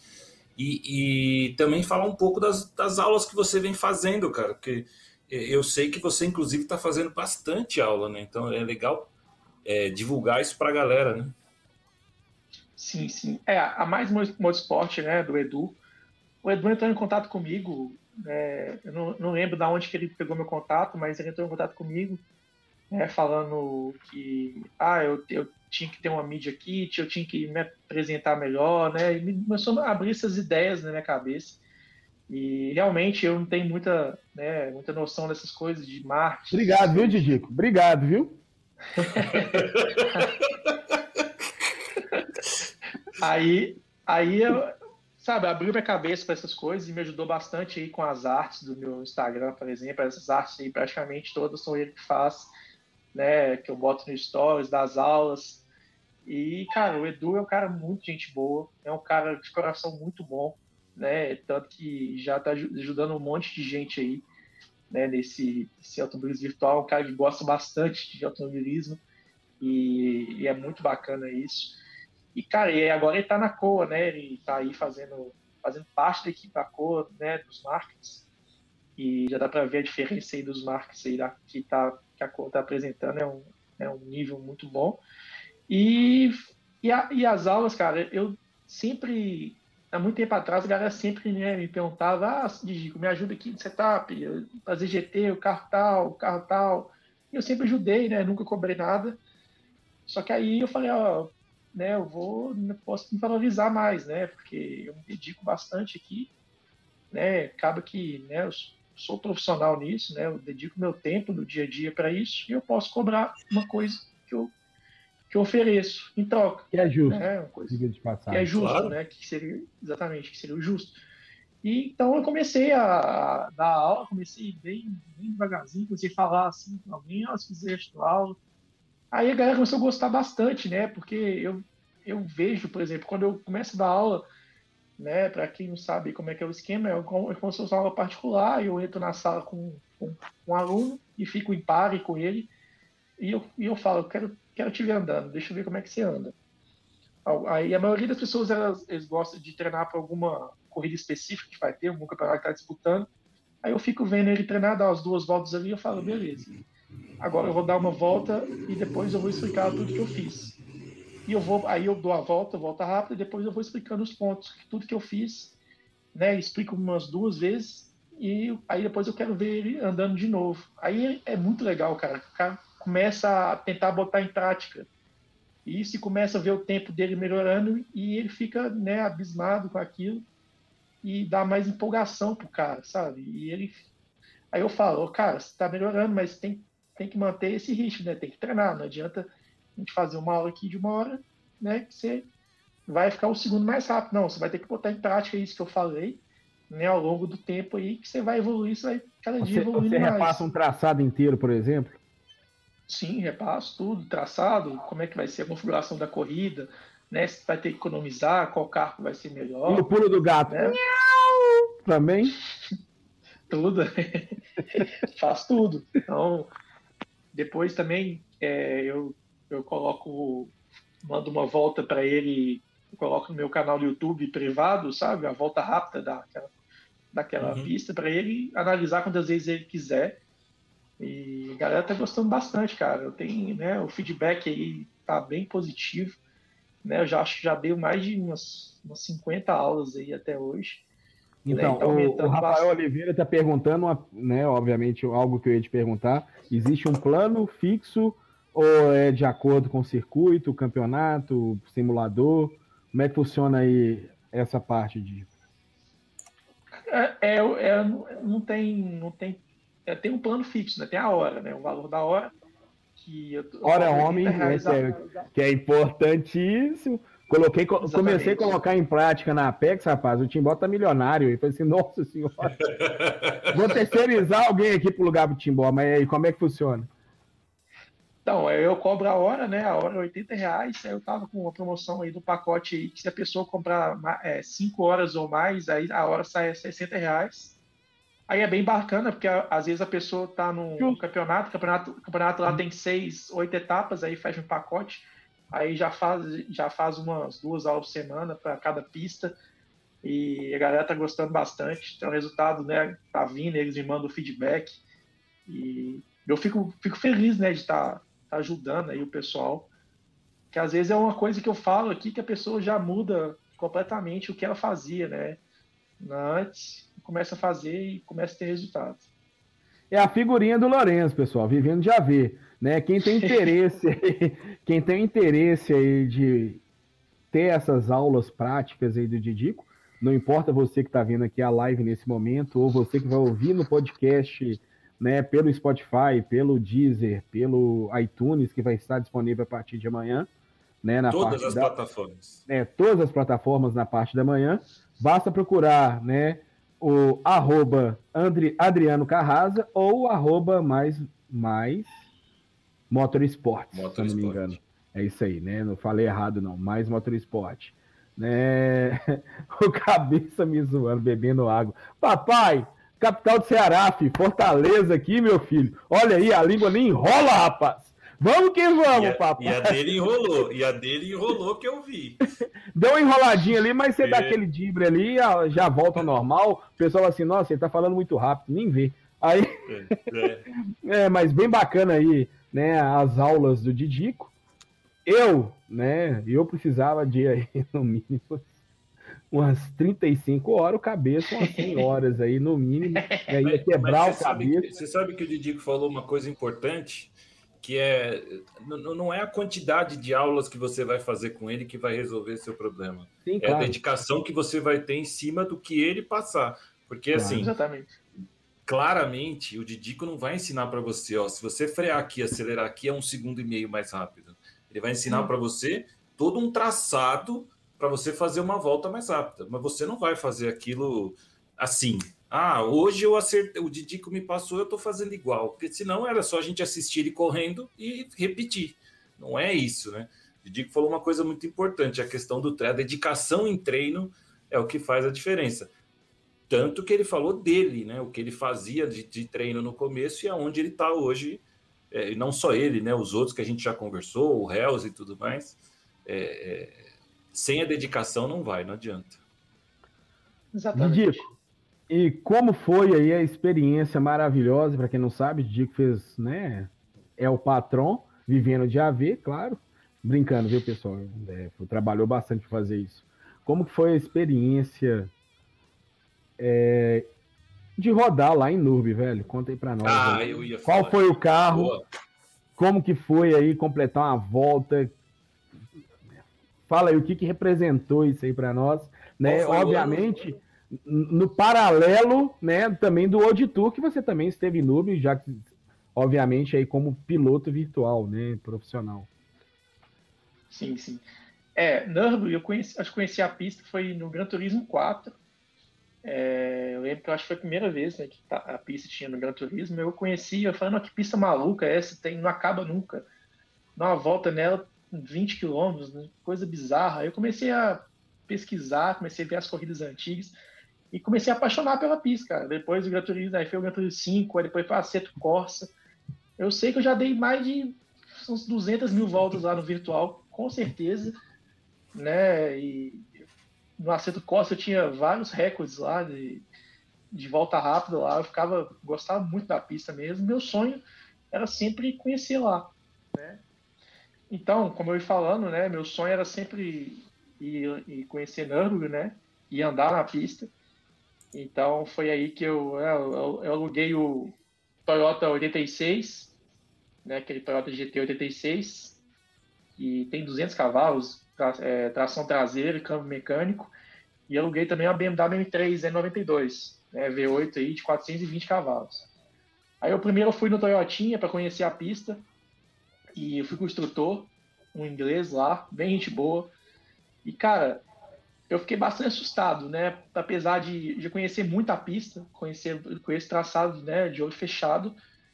E também falar um pouco das aulas que você vem fazendo, cara, porque eu sei que você, inclusive, está fazendo bastante aula, né? Então é legal divulgar isso para a galera, né? Sim, sim. A Mais Motorsport, né, do Edu. O Edu entrou em contato comigo, eu não lembro de onde que ele pegou meu contato, mas ele entrou em contato comigo, né, falando que eu tinha que ter uma media kit, eu tinha que me apresentar melhor, né, e me começou a abrir essas ideias, né, na minha cabeça. E realmente eu não tenho muita noção dessas coisas de marketing, essas Obrigado, viu, coisas de... Didico? Obrigado, viu? Aí eu, sabe, abriu minha cabeça para essas coisas e me ajudou bastante aí com as artes do meu Instagram, por exemplo. Essas artes aí praticamente todas são ele que faz, né? Que eu boto no Stories, das aulas. E, cara, o Edu é um cara muito gente boa, é um cara de coração muito bom, né? Tanto que já está ajudando um monte de gente aí, né? Nesse automobilismo virtual, um cara que gosta bastante de automobilismo e é muito bacana isso. E, cara, e agora ele tá na COA, né? Ele tá aí fazendo parte da equipe da COA, né? Dos markets. E já dá para ver a diferença aí dos markets aí que a COA tá apresentando. É um nível muito bom. E, e as aulas, cara, eu sempre, há muito tempo atrás, a galera sempre, né, me perguntava, Digico, me ajuda aqui no setup, fazer GT, o carro tal. E eu sempre ajudei, né? Nunca cobrei nada. Só que aí eu falei, né, posso me valorizar mais, né, porque eu me dedico bastante aqui, né, acaba que, né, eu sou profissional nisso, né, eu dedico meu tempo no dia a dia para isso e eu posso cobrar uma coisa que eu ofereço em troca, Que é justo, né, uma coisa diga de que é passagem. justo, Claro. né, que seria exatamente, que seria o justo. E então eu comecei a dar aula, comecei bem devagarzinho, comecei a falar assim com alguém, se quiser estudar aula. Aí a galera começou a gostar bastante, né? Porque eu vejo, por exemplo, quando eu começo a dar aula, né? Para quem não sabe como é que é o esquema, é como se fosse uma aula particular, eu entro na sala com um aluno e fico em pare com ele, e eu falo, quero te ver andando, deixa eu ver como é que você anda. Aí a maioria das pessoas, eles gostam de treinar para alguma corrida específica que vai ter, algum campeonato que está disputando. Aí eu fico vendo ele treinar, dar as duas voltas ali, e eu falo, beleza. Agora eu vou dar uma volta e depois eu vou explicar tudo que eu fiz. Aí eu dou a volta rápida, e depois eu vou explicando os pontos, tudo que eu fiz, né? Explico umas duas vezes e aí depois eu quero ver ele andando de novo. Aí é muito legal, cara. O cara começa a tentar botar em prática isso e começa a ver o tempo dele melhorando e ele fica, né, abismado com aquilo e dá mais empolgação pro cara, sabe? Aí eu falo, cara, você tá melhorando, mas tem que manter esse ritmo, né? Tem que treinar, não adianta a gente fazer uma aula aqui de uma hora, né? Que você vai ficar o segundo mais rápido. Não, você vai ter que botar em prática isso que eu falei, né, ao longo do tempo aí, que você vai evoluir, você vai cada dia evoluindo mais. Você repassa um traçado inteiro, por exemplo? Sim, repasso tudo, traçado, como é que vai ser a configuração da corrida, né, se vai ter que economizar, qual carro vai ser melhor. E o pulo do gato? Né? Também? Tudo. Faço tudo. Então, depois também eu mando uma volta para ele, coloco no meu canal do YouTube privado, sabe? A volta rápida daquela pista para ele analisar quantas vezes ele quiser. E a galera tá gostando bastante, cara. Eu tenho, né, o feedback aí tá bem positivo, né? Eu já acho que já deu mais de umas 50 aulas aí até hoje. Então, o Rafael Oliveira está perguntando, né, obviamente, algo que eu ia te perguntar. Existe um plano fixo ou é de acordo com o circuito, o campeonato, o simulador? Como é que funciona aí essa parte de... Não tem... Tem um plano fixo, né? Tem a hora, né? O valor da hora. Hora homem, né, que é importantíssimo. Comecei a colocar em prática na Apex, rapaz. O Timbó tá milionário. E falei assim, nossa senhora. Vou terceirizar alguém aqui pro lugar do Timbó. Mas aí, como é que funciona? Então, eu cobro a hora, né? A hora é R$80. Aí eu tava com uma promoção aí do pacote aí, que se a pessoa comprar 5 horas ou mais, aí a hora sai R$60. Aí é bem bacana, porque às vezes a pessoa tá no campeonato, o campeonato lá tem 6, 8 etapas, aí fecha um pacote. Aí já faz umas 2 aulas por semana para cada pista, e a galera tá gostando bastante. Então o resultado, né, tá vindo, eles me mandam feedback, e eu fico feliz, né, de estar ajudando aí o pessoal, que às vezes é uma coisa que eu falo aqui que a pessoa já muda completamente o que ela fazia, né, antes, começa a fazer e começa a ter resultado. É a figurinha do Lourenço, pessoal, vivendo de AV. Né? Quem tem interesse aí de ter essas aulas práticas aí do Didico, não importa você que está vendo aqui a live nesse momento, ou você que vai ouvir no podcast, né, pelo Spotify, pelo Deezer, pelo iTunes, que vai estar disponível a partir de amanhã. Né, todas as plataformas. Todas as plataformas na parte da manhã. Basta procurar, né, o @Adriano Carrasa ou @mais Motorsport, se não me engano. É isso aí, né? Não falei errado, não. Mais Motorsport. Né? O cabeça me zoando, bebendo água. Papai, capital do Ceará, filho. Fortaleza aqui, meu filho. Olha aí, a língua nem enrola, rapaz. Vamos que vamos, papai. E a dele enrolou que eu vi. Deu uma enroladinha ali, mas você dá aquele dibre ali, já volta ao normal. O pessoal assim, nossa, ele tá falando muito rápido, nem vê. Aí, mas bem bacana aí, né, as aulas do Didico. Eu precisava de aí, no mínimo, umas 35 horas, o cabeça, umas 100 horas aí, no mínimo, e aí ia quebrar o cabeça. Você sabe que o Didico falou uma coisa importante, que não é a quantidade de aulas que você vai fazer com ele que vai resolver seu problema. Sim, claro. A dedicação que você vai ter em cima do que ele passar. Porque, assim, exatamente. Claramente, o Didico não vai ensinar para você, ó, se você frear aqui, acelerar aqui, é 1,5 segundos mais rápido. Ele vai ensinar para você todo um traçado para você fazer uma volta mais rápida. Mas você não vai fazer aquilo assim. Ah, hoje eu acertei, o Didico me passou, eu estou fazendo igual. Porque senão era só a gente assistir ele correndo e repetir. Não é isso, né? O Didico falou uma coisa muito importante, a questão do treino, a dedicação em treino é o que faz a diferença. Tanto que ele falou dele, né? O que ele fazia de treino no começo e aonde ele está hoje. E não só ele, né? Os outros que a gente já conversou, o Hells e tudo mais. Sem a dedicação não adianta. Exatamente. Didico, e como foi aí a experiência maravilhosa? Para quem não sabe, Didico fez, né? É o patrão, vivendo de AV, claro. Brincando, viu, pessoal? Trabalhou bastante para fazer isso. Como que foi a experiência de rodar lá em Nurbe, velho? Conta aí pra nós. Eu ia falar. Qual foi o carro? Boa. Como que foi aí completar uma volta? Fala aí o que representou isso aí pra nós, né? Obviamente, no paralelo, né, também do World Tour, que você também esteve em Nurbe, já que, obviamente, aí como piloto virtual, né, profissional. Sim, sim. Nürburgring, acho que conheci a pista, foi no Gran Turismo 4. Eu lembro que eu acho que foi a primeira vez, né, que a pista tinha no Gran Turismo. Eu conheci, eu falei, que pista maluca é essa? Não acaba nunca. Dá uma volta nela, 20 quilômetros, né, coisa bizarra. Aí eu comecei a pesquisar, comecei a ver as corridas antigas e comecei a apaixonar pela pista, cara. Depois do Gran Turismo, aí foi o Gran Turismo 5, aí depois foi a Assetto Corsa. Eu sei que eu já dei mais de uns 200 mil voltas lá no virtual, com certeza, né? E no Assetto Corsa eu tinha vários recordes lá de volta rápida lá. Gostava muito da pista mesmo. Meu sonho era sempre conhecer lá, né? Então, como eu ia falando, né? Meu sonho era sempre ir conhecer Nürburgring, né? E andar na pista. Então, foi aí que eu aluguei o Toyota 86, né? Aquele Toyota GT 86, e tem 200 cavalos, tração traseira, câmbio mecânico. E aluguei também a BMW M3 N92, né, V8 aí de 420 cavalos. Aí primeiro eu fui no Toyotinha para conhecer a pista, e eu fui com o instrutor, um inglês lá, bem gente boa. E, cara, eu fiquei bastante assustado, né? Apesar de conhecer muito a pista, conhecer traçado, né, de olho fechado,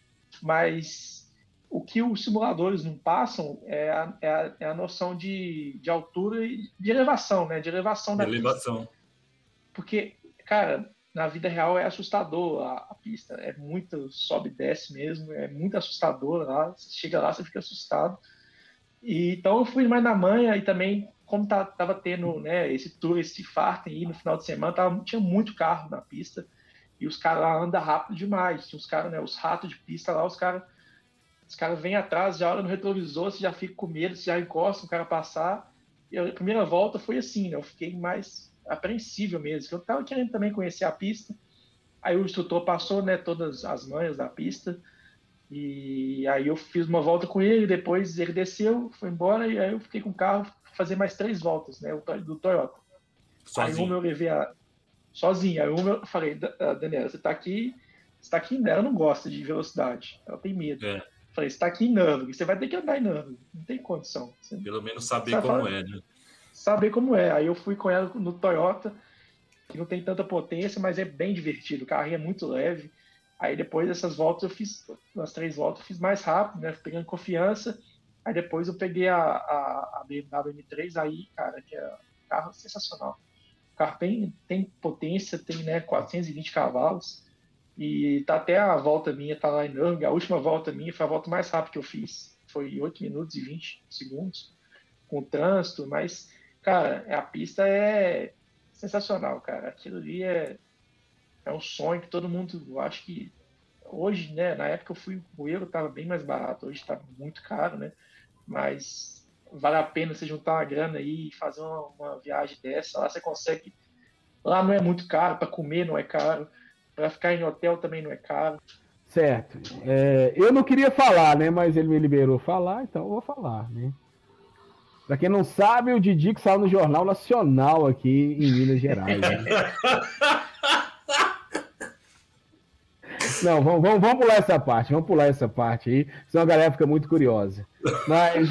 mas o que os simuladores não passam é a noção de altura e de elevação, né? De elevação da pista. Porque, cara, na vida real é assustador a pista. É muito sobe e desce mesmo, é muito assustador lá. Você chega lá, você fica assustado. Então eu fui mais na manha, e também, como tava tendo, né, esse tour, esse fartem aí no final de semana, tinha muito carro na pista, e os caras lá andam rápido demais. Tinha os caras, né, os ratos de pista lá, os caras vêm atrás, já olham no retrovisor, você já fica com medo, você já encosta o cara passar. E a primeira volta foi assim, né? Eu fiquei mais apreensível mesmo. Eu tava querendo também conhecer a pista. Aí o instrutor passou, né, todas as manhas da pista. E aí eu fiz uma volta com ele, depois ele desceu, foi embora, e aí eu fiquei com o carro fazer mais 3 voltas, né, do Toyota. Sozinho. Aí uma eu levei sozinho. Aí uma eu falei, Daniela, você tá aqui, ela não gosta de velocidade, ela tem medo. Falei, você tá aqui em Nürburgring, você vai ter que andar em Nürburgring, não tem condição. Pelo menos saber como é, né? Saber como é. Aí eu fui com ela no Toyota, que não tem tanta potência, mas é bem divertido, o carrinho é muito leve. Aí depois dessas voltas nas 3 voltas eu fiz mais rápido, né, pegando confiança. Aí depois eu peguei a BMW M3, aí, cara, que é um carro sensacional. O carro tem potência, tem, né, 420 cavalos. E até a volta minha tá lá em Nürburgring. A última volta minha foi a volta mais rápida que eu fiz. Foi 8 minutos e 20 segundos, com o trânsito. Mas, cara, a pista é sensacional, cara. Aquilo ali é um sonho que todo mundo... Eu acho que hoje, né, na época eu fui, o euro estava bem mais barato. Hoje está muito caro, né? Mas vale a pena você juntar uma grana aí e fazer uma viagem dessa. Lá você consegue... Lá não é muito caro, para comer não é caro. Para ficar em hotel também não é caro. Certo. Eu não queria falar, né? Mas ele me liberou falar, então eu vou falar, né? Para quem não sabe, o Didico saiu no Jornal Nacional aqui em Minas Gerais. Né? Não, vamos pular essa parte. Vamos pular essa parte aí, senão a galera fica muito curiosa. Mas...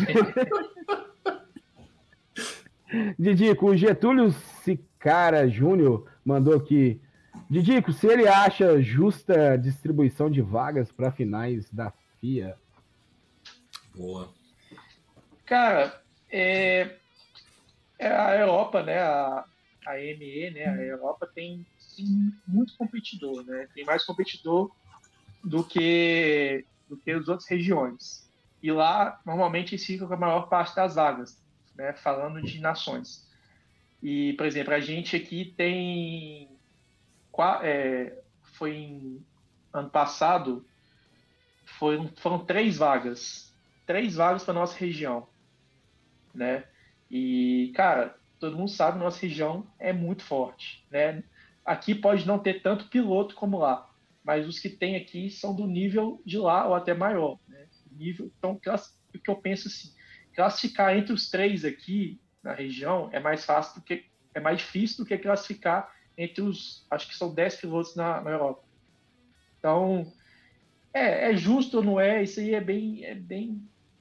Didico, o Getúlio Sicara Júnior mandou aqui. Didico, se ele acha justa distribuição de vagas para finais da FIA? Boa. Cara, a Europa, né, a AME, né, a Europa tem muito competidor, né, tem mais competidor do que as outras regiões. E lá, normalmente, eles ficam com a maior parte das vagas, né, falando de nações. E, por exemplo, a gente aqui tem... foi ano passado, foram 3 vagas. 3 vagas para nossa região, né? E, cara, todo mundo sabe que nossa região é muito forte, né? Aqui pode não ter tanto piloto como lá, mas os que tem aqui são do nível de lá ou até maior, né? Então, o que eu penso assim, classificar entre os 3 aqui na região é mais difícil do que classificar entre acho que são 10 pilotos na Europa. Então, é justo ou não é? Isso aí é bem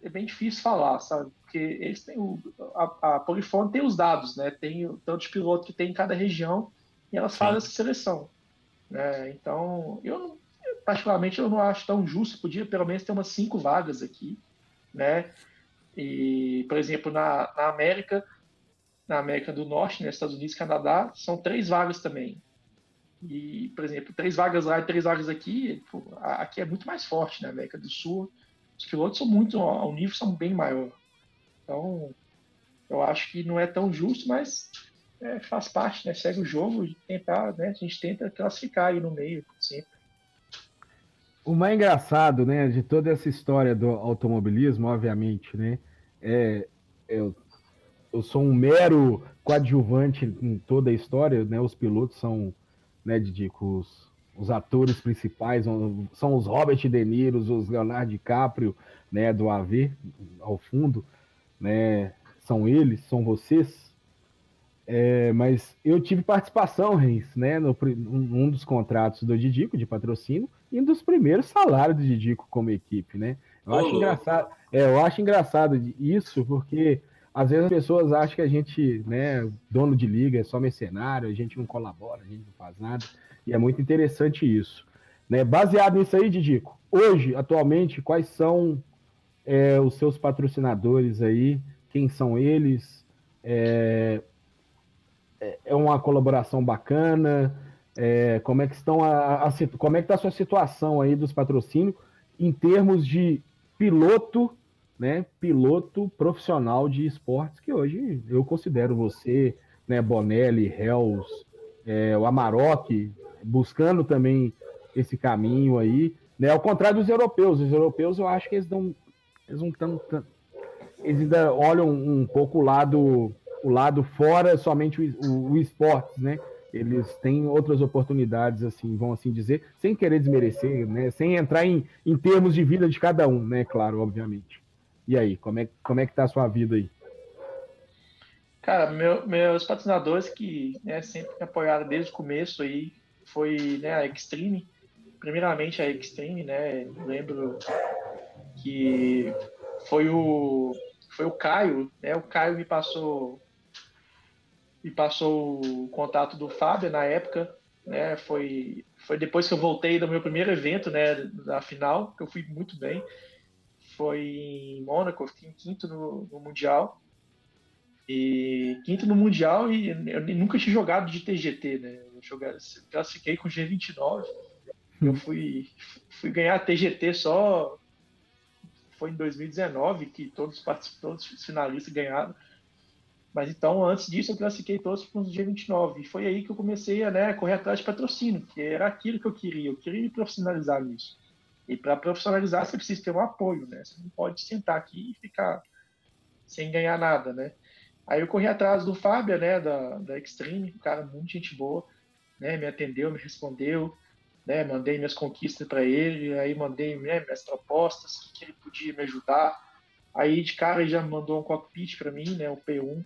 bem difícil falar, sabe? Porque eles têm a Polifone tem os dados, né? Tem o tanto de piloto que tem em cada região e elas fazem essa seleção, né? Então, particularmente eu não acho tão justo, podia pelo menos ter umas 5 vagas aqui, né? E, por exemplo, na América do Norte, né, Estados Unidos e Canadá, são 3 vagas também. E, por exemplo, 3 vagas lá e 3 vagas aqui, aqui é muito mais forte, né? América do Sul, os pilotos são muito, ao nível são bem maior. Então, eu acho que não é tão justo, mas faz parte, né? Segue o jogo e tentar, né? A gente tenta classificar aí no meio, sempre. O mais engraçado, né, de toda essa história do automobilismo, obviamente, né, eu sou um mero coadjuvante em toda a história, né, os pilotos são, né, Didico, os atores principais, são os Robert De Niro, os Leonardo DiCaprio, né, do AV, ao fundo, né, são eles, são vocês, mas eu tive participação, Reis, né, num dos contratos do Didico, de patrocínio, e um dos primeiros salários do Didico como equipe, né? Eu acho engraçado isso, porque às vezes as pessoas acham que a gente, né, dono de liga, é só mercenário, a gente não colabora, a gente não faz nada, e é muito interessante isso. Né? Baseado nisso aí, Didico, hoje, atualmente, quais são os seus patrocinadores aí? Quem são eles? É uma colaboração bacana? Como é que como é que está a sua situação aí dos patrocínios em termos de piloto, né? Piloto profissional de esportes, que hoje eu considero você, né? Bonelli, Hells, o Amarok, buscando também esse caminho aí, né? Ao contrário dos europeus. Os europeus eu acho que eles ainda olham um pouco o lado fora somente o esportes, né? Eles têm outras oportunidades, assim, vão assim dizer, sem querer desmerecer, né? Sem entrar em termos de vida de cada um, né? Claro, obviamente. E aí, como é que tá a sua vida aí? Cara, meus patrocinadores que, né, sempre me apoiaram desde o começo aí foi, né, a Extreme. Primeiramente a Extreme, né? Eu lembro que foi o Caio, né? O Caio me passou o contato do Fábio na época, né? Foi depois que eu voltei do meu primeiro evento, né? Da final, que eu fui muito bem. Foi em Mônaco, eu fiquei em quinto no Mundial. E quinto no Mundial e eu nunca tinha jogado de TGT, né? Eu classifiquei com G29. Eu fui ganhar TGT só. Foi em 2019 que todos os finalistas ganharam. Mas então, antes disso, eu classifiquei todos para os G29. E foi aí que eu comecei a, né, correr atrás de patrocínio, que era aquilo que eu queria. Eu queria me profissionalizar nisso. E para profissionalizar, você precisa ter um apoio, né? Você não pode sentar aqui e ficar sem ganhar nada, né? Aí eu corri atrás do Fábio, né, da Extreme, um cara muito gente boa, né? Me atendeu, me respondeu, né? Mandei minhas conquistas para ele, aí mandei, né, minhas propostas, que ele podia me ajudar. Aí de cara ele já mandou um cockpit para mim, né, o P1.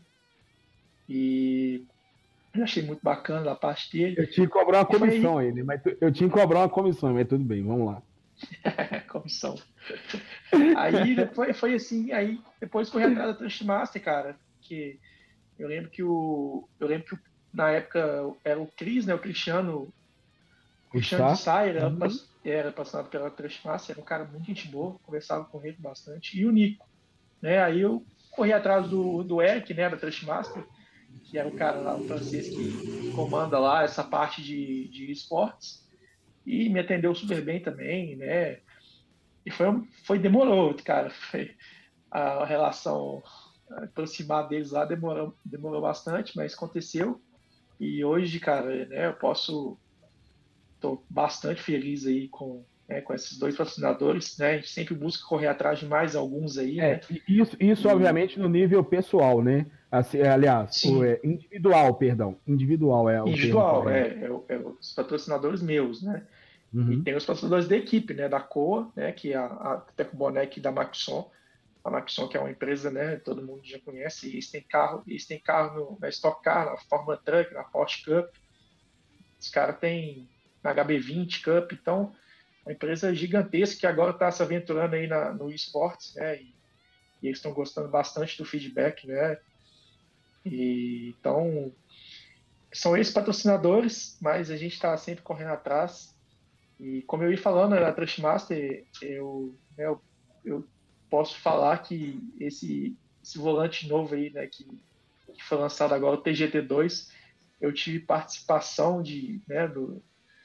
E eu achei muito bacana da parte dele. Eu tinha que cobrar uma comissão aí, né? Eu tinha que cobrar uma comissão, mas tudo bem, vamos lá. Comissão. Aí depois foi assim, aí depois corri atrás da Trustmaster, cara, que eu lembro que na época era o Cris, né, o Cristiano de Sá, era passado pela Trustmaster, era um cara muito gente boa, conversava com ele bastante, e o Nico, né? Aí eu corri atrás do Eric, né, da Trustmaster, que era o cara lá, o francês que comanda lá essa parte de esportes, e me atendeu super bem também, né? E demorou, cara. Foi a relação aproximar deles lá demorou bastante, mas aconteceu. E hoje, cara, né, tô bastante feliz aí com esses 2 patrocinadores, né? A gente sempre busca correr atrás de mais alguns aí, né? Isso obviamente no nível pessoal, né? Assim, aliás, individual, perdão. Individual é o individual, os patrocinadores meus, né? Uhum. E tem os patrocinadores da equipe, né? Da COA, né? Que é a Tecbonek da Maxon. A Maxon, que é uma empresa, né? Todo mundo já conhece. Eles têm carro na Stock Car, na Fórmula Truck, na Porsche Cup. Os caras têm na HB20 Cup. Então, uma empresa gigantesca que agora está se aventurando aí no esportes, né? e eles estão gostando bastante do feedback, né? E, então, são esses patrocinadores, mas a gente está sempre correndo atrás. E como eu ia falando, a Trustmaster, eu posso falar que esse volante novo aí, né, que foi lançado agora, o TGT2, eu tive participação do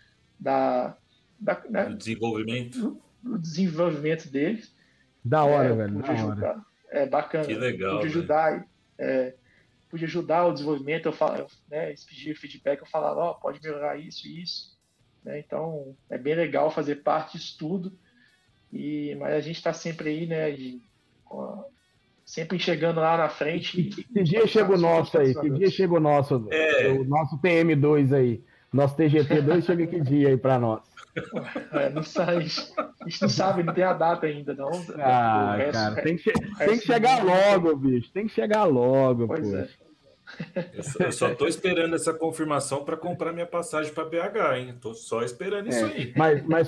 desenvolvimento dele. Da hora, velho. Da hora. É bacana. Que legal. Pude ajudar o desenvolvimento. Eles pediam feedback, eu falava, pode melhorar isso e isso. Né? Então, é bem legal fazer parte disso tudo. Mas a gente está sempre aí, né? Sempre chegando lá na frente. Que dia chega o nosso aí? Que dia chega o nosso TM2 aí? Nosso TGT2 chega que dia aí para nós? Não sai, a gente não sabe, não tem a data ainda, não. Cara, tem que chegar logo, bicho. Tem que chegar logo, pois pô. É. Eu só tô esperando essa confirmação para comprar minha passagem para BH, hein? Tô só esperando isso aí. Mas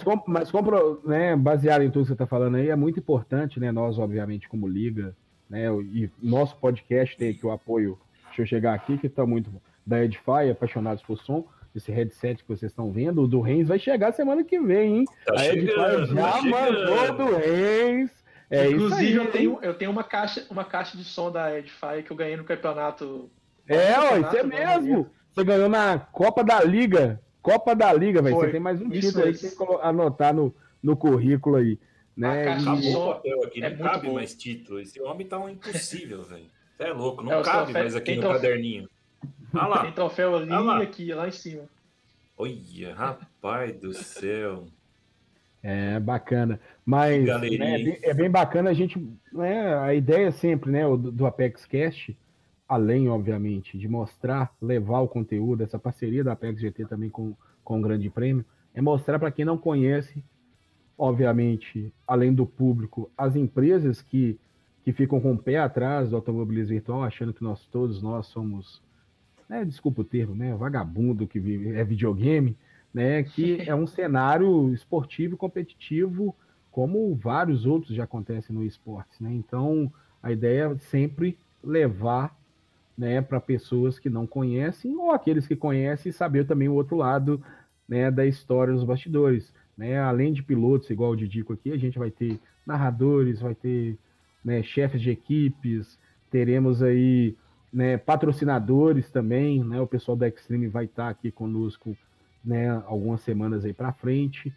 né, baseado em tudo que você tá falando aí, é muito importante, né? Nós, obviamente, como liga, né? E nosso podcast tem aqui o apoio. Deixa eu chegar aqui, que tá muito da Edify, apaixonados por som. Esse headset que vocês estão vendo, o do Reis vai chegar semana que vem, hein? Tá a Edify já mandou do Reis. Inclusive, eu tenho uma caixa de som da Edify que eu ganhei no campeonato. Isso é mesmo. Você ganhou na Copa da Liga. Velho. Você tem mais um título aí que tem que anotar no currículo aí. Né? Acabou o papel aqui, não cabe mais título. Esse homem tá um impossível, velho. Você é louco, não cabe mais aqui no caderninho. Ah lá. Tem troféu ali e aqui, lá em cima. Olha, rapaz do céu. É bacana. Mas né, é bem bacana a gente. Né, a ideia sempre, né, do Apex Cast, além, obviamente, de mostrar, levar o conteúdo, essa parceria da Apex GT também com o Grande Prêmio, é mostrar para quem não conhece, obviamente, além do público, as empresas que ficam com o pé atrás do automobilismo virtual, achando que todos nós somos, né, desculpa o termo, né, vagabundo que vive, é videogame, né, que é um cenário esportivo e competitivo, como vários outros já acontecem no esporte, né? Então, a ideia é sempre levar, né, para pessoas que não conhecem ou aqueles que conhecem saber também o outro lado, né, da história dos bastidores, né? Além de pilotos igual o Didico aqui, a gente vai ter narradores, vai ter, né, chefes de equipes, teremos aí, né, patrocinadores também, né? O pessoal da Extreme vai estar aqui conosco, né, algumas semanas aí para frente,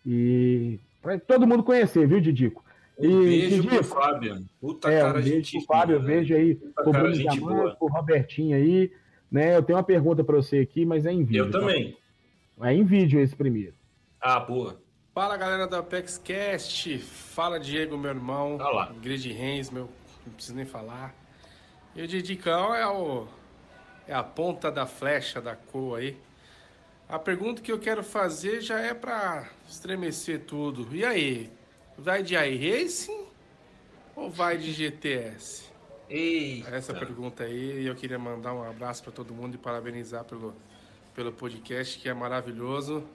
e para todo mundo conhecer, viu, Didico? Beijo pro Fábio. Puta cara, beijo pro Fábio, beijo aí pro Bruno Diamante, pro Robertinho aí, né? Eu tenho uma pergunta para você aqui, mas é em vídeo. Eu também. É em vídeo esse primeiro. Boa. Fala, galera do Apex Cast. Fala, Diego, meu irmão. Olá. Grid Reis, não preciso nem falar. E o Didicão é a ponta da flecha da cor aí. A pergunta que eu quero fazer já é para estremecer tudo. E aí? Vai de iRacing ou vai de GTS? Eita. Essa pergunta aí, eu queria mandar um abraço para todo mundo e parabenizar pelo podcast, que é maravilhoso.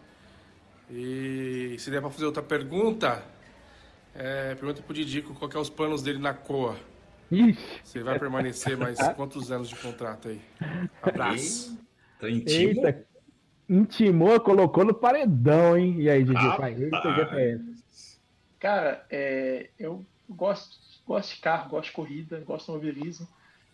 E se der para fazer outra pergunta, pergunta pro Didico qual que é os planos dele na COA. Ixi. Você vai permanecer mais quantos anos de contrato aí? Abraço. Eita, intimou, colocou no paredão, hein? E aí, Didico, vai ele ou GTS? Cara, eu gosto de carro, gosto de corrida, gosto de automobilismo.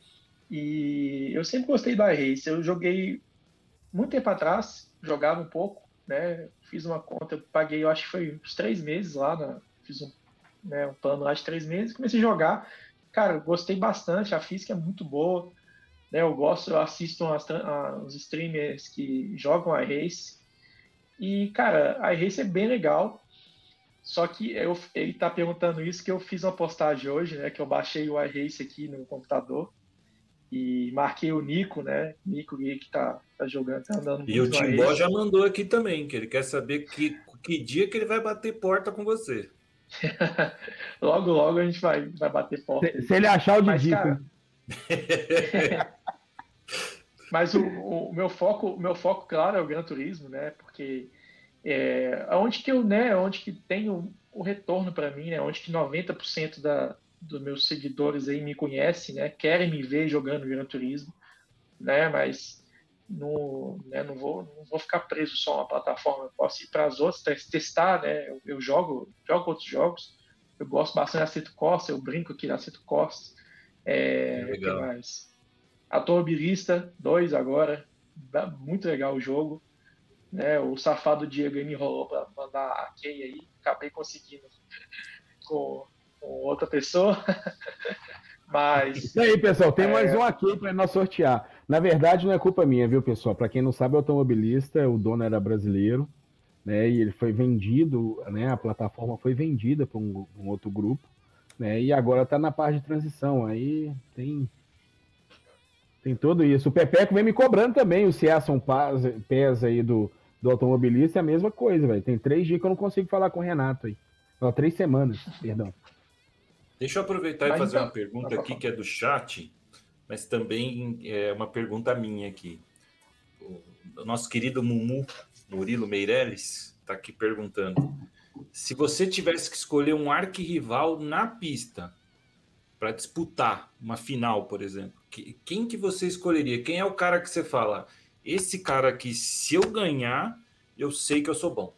E eu sempre gostei da iRace. Eu joguei muito tempo atrás, jogava um pouco, né? Fiz uma conta, paguei, eu acho que foi uns 3 meses lá, fiz um plano lá de 3 meses, comecei a jogar. Cara, gostei bastante, a física é muito boa, né? Eu assisto uns streamers que jogam iRace. E, cara, a iRace é bem legal. Só que ele tá perguntando isso, que eu fiz uma postagem hoje, né? Que eu baixei o iRace aqui no computador e marquei o Nico, né? Nico que tá jogando, tá andando. E o Timbó já mandou aqui também, que ele quer saber que dia que ele vai bater porta com você. Logo a gente vai bater porta. Se ele achar o Didico. Cara... Mas o meu foco, claro, é o Gran Turismo, né? Porque onde que tem o retorno para mim, né? Onde que 90% dos meus seguidores aí me conhecem, né? Querem me ver jogando Gran Turismo, né? Mas não vou ficar preso só a uma plataforma. Eu posso ir para as outras, testar, né? Eu jogo outros jogos. Eu gosto bastante de Assetto Corsa, eu brinco aqui na Assetto Corsa. Que mais? Automobilista 2 agora, muito legal o jogo, né? O safado Diego me enrolou para mandar a key aí, acabei conseguindo com outra pessoa, mas... Isso aí, pessoal, tem mais um aqui para nós sortear. Na verdade, não é culpa minha, viu, pessoal? Para quem não sabe, o automobilista, o dono era brasileiro, né? E ele foi vendido, né? A plataforma foi vendida para um outro grupo, né? E agora está na parte de transição. Aí tem tudo isso. O Pepeco vem me cobrando também, o Ciasson Pés aí do automobilista é a mesma coisa, velho. Tem 3 dias que eu não consigo falar com o Renato aí. 3 semanas, perdão. Deixa eu aproveitar e fazer uma pergunta aqui que é do chat, mas também é uma pergunta minha aqui. O nosso querido Mumu, Murilo Meirelles, está aqui perguntando: se você tivesse que escolher um arquirrival na pista para disputar uma final, por exemplo, quem que você escolheria? Quem é o cara que você fala, esse cara aqui, se eu ganhar, eu sei que eu sou bom?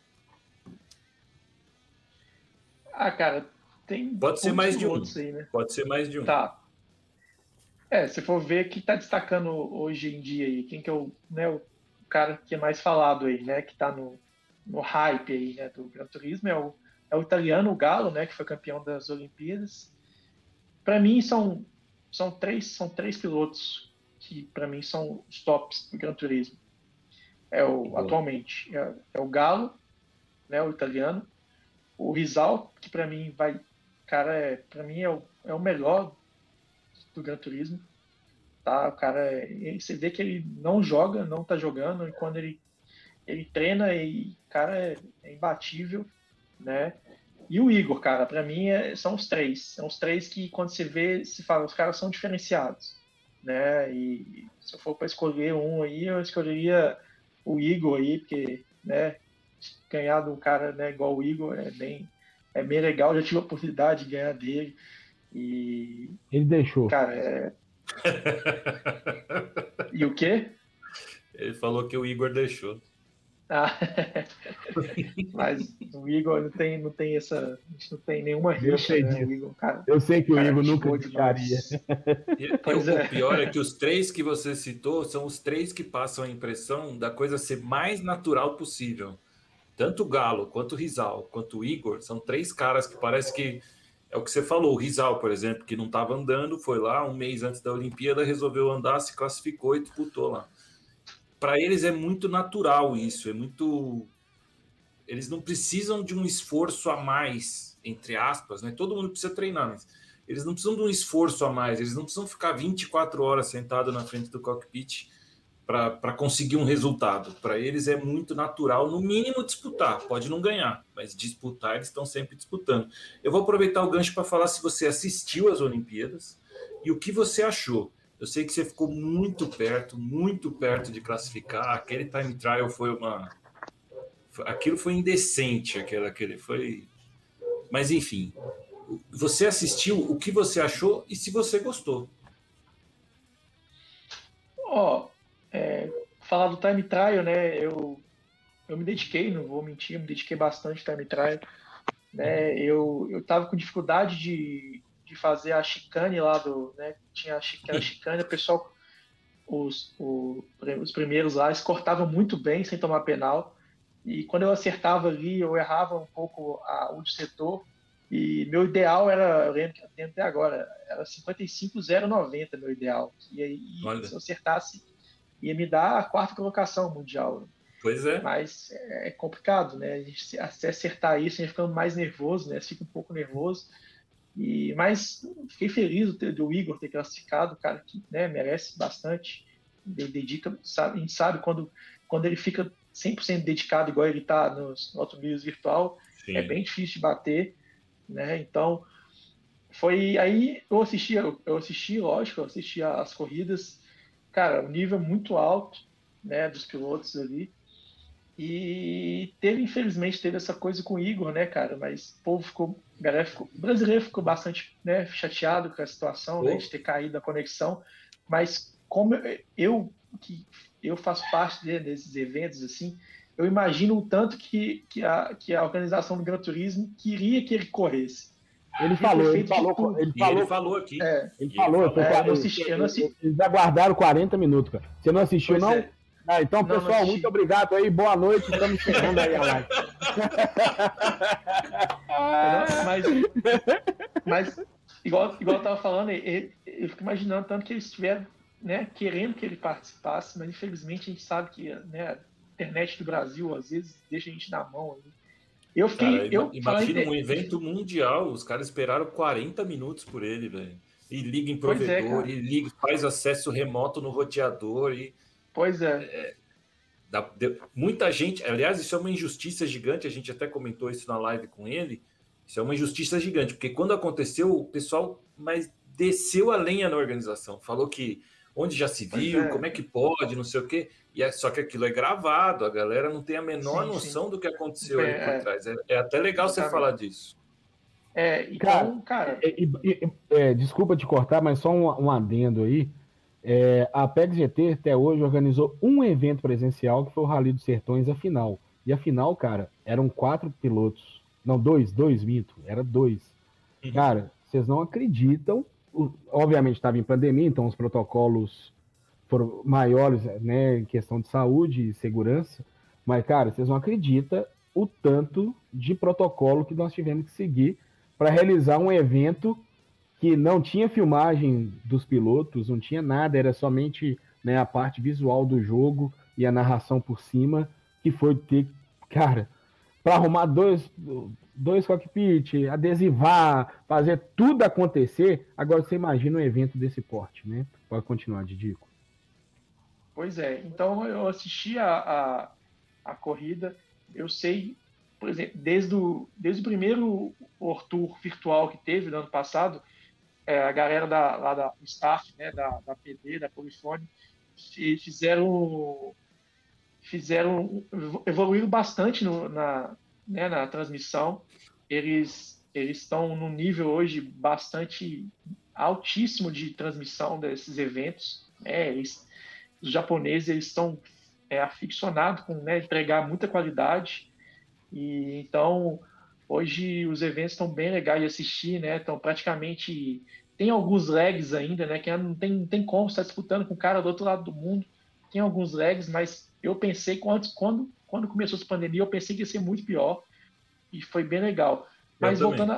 Cara, tem... Pode ser mais de um. Aí, né? Pode ser mais de um. Tá. Se for ver quem tá destacando hoje em dia aí, quem que é o cara que é mais falado aí, né? Que tá no hype aí, né? Do Gran Turismo é o italiano, o Gallo, né? Que foi campeão das Olimpíadas. Para mim são três pilotos que para mim são os tops do Gran Turismo. Atualmente é o Gallo, né? O italiano. O Rizal, que para mim para mim é o melhor do Gran Turismo, tá? O cara, você vê que ele não tá jogando, e quando ele treina, e cara é imbatível, né? E o Igor, cara, para mim são os três que quando você vê, se fala, os caras são diferenciados, né? E se eu for para escolher um aí, eu escolheria o Igor aí, porque, né? Ganhar de um cara, né, igual o Igor é bem legal. Já tive a oportunidade de ganhar dele e ele deixou. Cara, E o quê? Ele falou que o Igor deixou. Mas o Igor não tem essa, a gente não tem nenhuma rixa, né? O Igor, cara, eu sei que o Igor nunca deixaria. O pior é que os 3 que você citou são os 3 que passam a impressão da coisa ser mais natural possível. Tanto o Gallo, quanto o Rizal, quanto o Igor, são 3 caras que parece que é o que você falou. O Rizal, por exemplo, que não estava andando, foi lá um mês antes da Olimpíada, resolveu andar, se classificou e disputou lá. Para eles é muito natural isso, eles não precisam de um esforço a mais, entre aspas, né? Todo mundo precisa treinar, mas eles não precisam de um esforço a mais, eles não precisam ficar 24 horas sentado na frente do cockpit para conseguir um resultado. Para eles é muito natural, no mínimo, disputar. Pode não ganhar, mas disputar, eles estão sempre disputando. Eu vou aproveitar o gancho para falar se você assistiu às Olimpíadas e o que você achou. Eu sei que você ficou muito perto de classificar. Aquele time trial aquilo foi indecente, aquele foi... Mas, enfim, você assistiu, o que você achou e se você gostou? Falar do time trial, né? Eu me dediquei, não vou mentir, eu me dediquei bastante no time trial, né? Eu tava com dificuldade de fazer a chicane lá né? Tinha a chicane, o pessoal, os primeiros lá, eles cortavam muito bem sem tomar penal, e quando eu acertava ali, eu errava um pouco o setor, e meu ideal era, eu lembro até agora, era 55,090 meu ideal, e aí se eu acertasse, ia me dar a 4ª colocação mundial. Pois é. Mas é complicado, né? Se acertar isso, a gente fica mais nervoso, né? Você fica um pouco nervoso. Mas fiquei feliz do Igor ter classificado, cara que, né, merece bastante. Ele dedica, sabe, a gente sabe quando ele fica 100% dedicado, igual ele está no automobilismo virtual, sim, é bem difícil de bater, né? Então, foi aí eu assisti, lógico, eu assisti as corridas, cara, o nível muito alto, né, dos pilotos ali. E infelizmente, teve essa coisa com o Igor, né, cara? Mas o povo ficou, o brasileiro ficou bastante, né, chateado com a situação, né, de ter caído a conexão. Mas como eu faço parte desses eventos, assim, eu imagino o tanto que a organização do Gran Turismo queria que ele corresse. Ele falou aqui. Eu não assisti. Eles aguardaram 40 minutos, cara. Você não assistiu, não? Então, não, pessoal, não muito obrigado aí. Boa noite. Estamos encerrando aí a live. Mas igual eu tava falando, eu fico imaginando tanto que eles estiveram, né, querendo que ele participasse, mas infelizmente a gente sabe que, né, a internet do Brasil às vezes deixa a gente na mão. Imagina um evento mundial, os caras esperaram 40 minutos por ele, velho. E liga em provedor, faz acesso remoto no roteador. Pois é. Muita gente, aliás, isso é uma injustiça gigante, a gente até comentou isso na live com ele, isso é uma injustiça gigante, porque quando aconteceu, o pessoal desceu a lenha na organização, falou que onde já se viu, como é que pode, não sei o quê, só que aquilo é gravado, a galera não tem a menor noção do que aconteceu ali por trás. É até legal você falar disso. Então, cara... desculpa te cortar, mas só um adendo aí. A Apex GT até hoje organizou um evento presencial, que foi o Rally dos Sertões, a final. E a final, cara, eram 4 pilotos. Não, 2, minto. Era 2. Cara, vocês não acreditam. Obviamente estava em pandemia, então os protocolos foram maiores, né, em questão de saúde e segurança. Mas, cara, vocês não acreditam o tanto de protocolo que nós tivemos que seguir para realizar um evento que não tinha filmagem dos pilotos, não tinha nada, era somente, né, a parte visual do jogo e a narração por cima, que foi ter, cara, para arrumar dois cockpit, adesivar, fazer tudo acontecer. Agora você imagina um evento desse porte, né? Pode continuar, Didico. Pois é, então eu assisti a corrida, eu sei, por exemplo, desde o primeiro World Tour virtual que teve no ano passado, a galera lá da staff, né, da PD, da Polifone, evoluíram bastante na transmissão. Eles estão num nível hoje bastante altíssimo de transmissão desses eventos. Os japoneses estão aficionados com, né, entregar muita qualidade. E então hoje os eventos estão bem legais de assistir, né? Estão praticamente... Tem alguns lags ainda, né? Que não tem como estar disputando com o cara do outro lado do mundo. Tem alguns lags, mas eu pensei, quando começou essa pandemia, eu pensei que ia ser muito pior. E foi bem legal. Mas voltando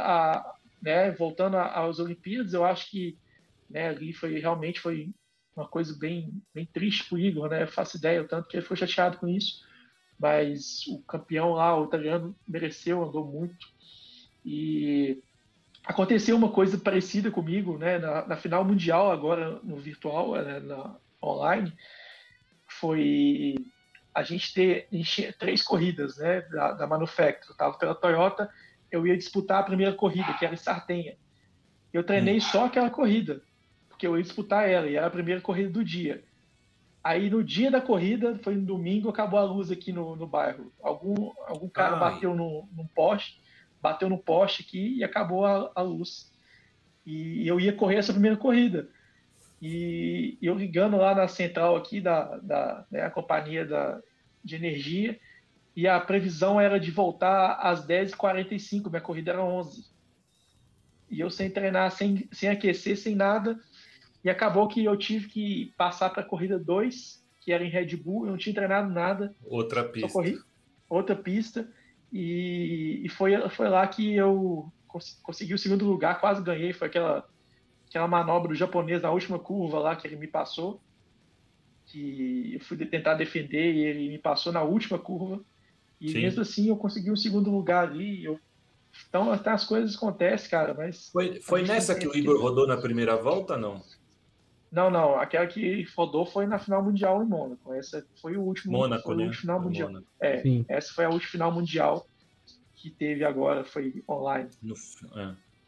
às Olimpíadas, eu acho que, né, ali realmente foi uma coisa bem, bem triste pro Igor, né? Eu faço ideia, o tanto que ele foi chateado com isso. Mas o campeão lá, o italiano, mereceu, andou muito. E aconteceu uma coisa parecida comigo, né? Na final mundial, agora no virtual, né, online, foi a gente tinha 3 corridas, né, da Manufacture. Eu estava pela Toyota, eu ia disputar a primeira corrida, que era em Sartenha. Eu treinei só aquela corrida, porque eu ia disputar ela, e era a primeira corrida do dia. Aí no dia da corrida, foi no domingo, acabou a luz aqui no bairro. Algum cara bateu num poste, bateu no poste aqui e acabou a luz. E eu ia correr essa primeira corrida. E eu ligando lá na central aqui né, a companhia de energia, e a previsão era de voltar às 10h45, minha corrida era 11. E eu sem treinar, sem aquecer, sem nada. E acabou que eu tive que passar para a corrida 2, que era em Red Bull, eu não tinha treinado nada. Outra pista. Só corri outra pista. E foi lá que eu consegui o segundo lugar, quase ganhei. Foi aquela manobra do japonês na última curva lá que ele me passou. Que eu fui tentar defender e ele me passou na última curva. E Sim. mesmo assim eu consegui o segundo lugar ali. Então até as coisas acontecem, cara. Mas foi nessa que o Igor rodou na primeira volta, não? Não. Aquela que rodou foi na final mundial em Mônaco. Essa foi o último. Mônaco, foi né? O último final mundial. Mônaco. Sim. Essa foi a última final mundial que teve agora, foi online.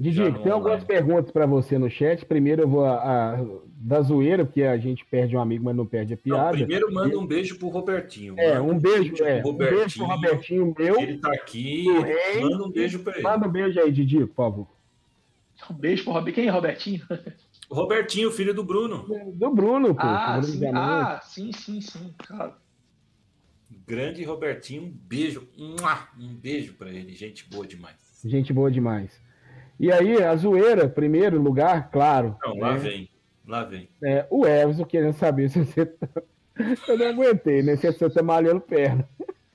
Didi, tem algumas perguntas para você no chat. Primeiro eu vou da zoeira, porque a gente perde um amigo, mas não perde a piada. Não, primeiro manda um beijo pro Robertinho. Um beijo pro Robertinho meu. Ele tá aqui, manda um beijo para ele. Manda um beijo aí, Didi, por favor. Um beijo pro Robertinho. Quem é Robertinho? O Robertinho, filho do Bruno. Do Bruno, pô. Sim, claro. Grande Robertinho, um beijo. Um beijo para ele, gente boa demais. Gente boa demais. E aí, a zoeira, primeiro lugar, claro. Não, lá vem. O Everson querendo saber se você tá... Eu não aguentei, né? Se você tá malhando perna.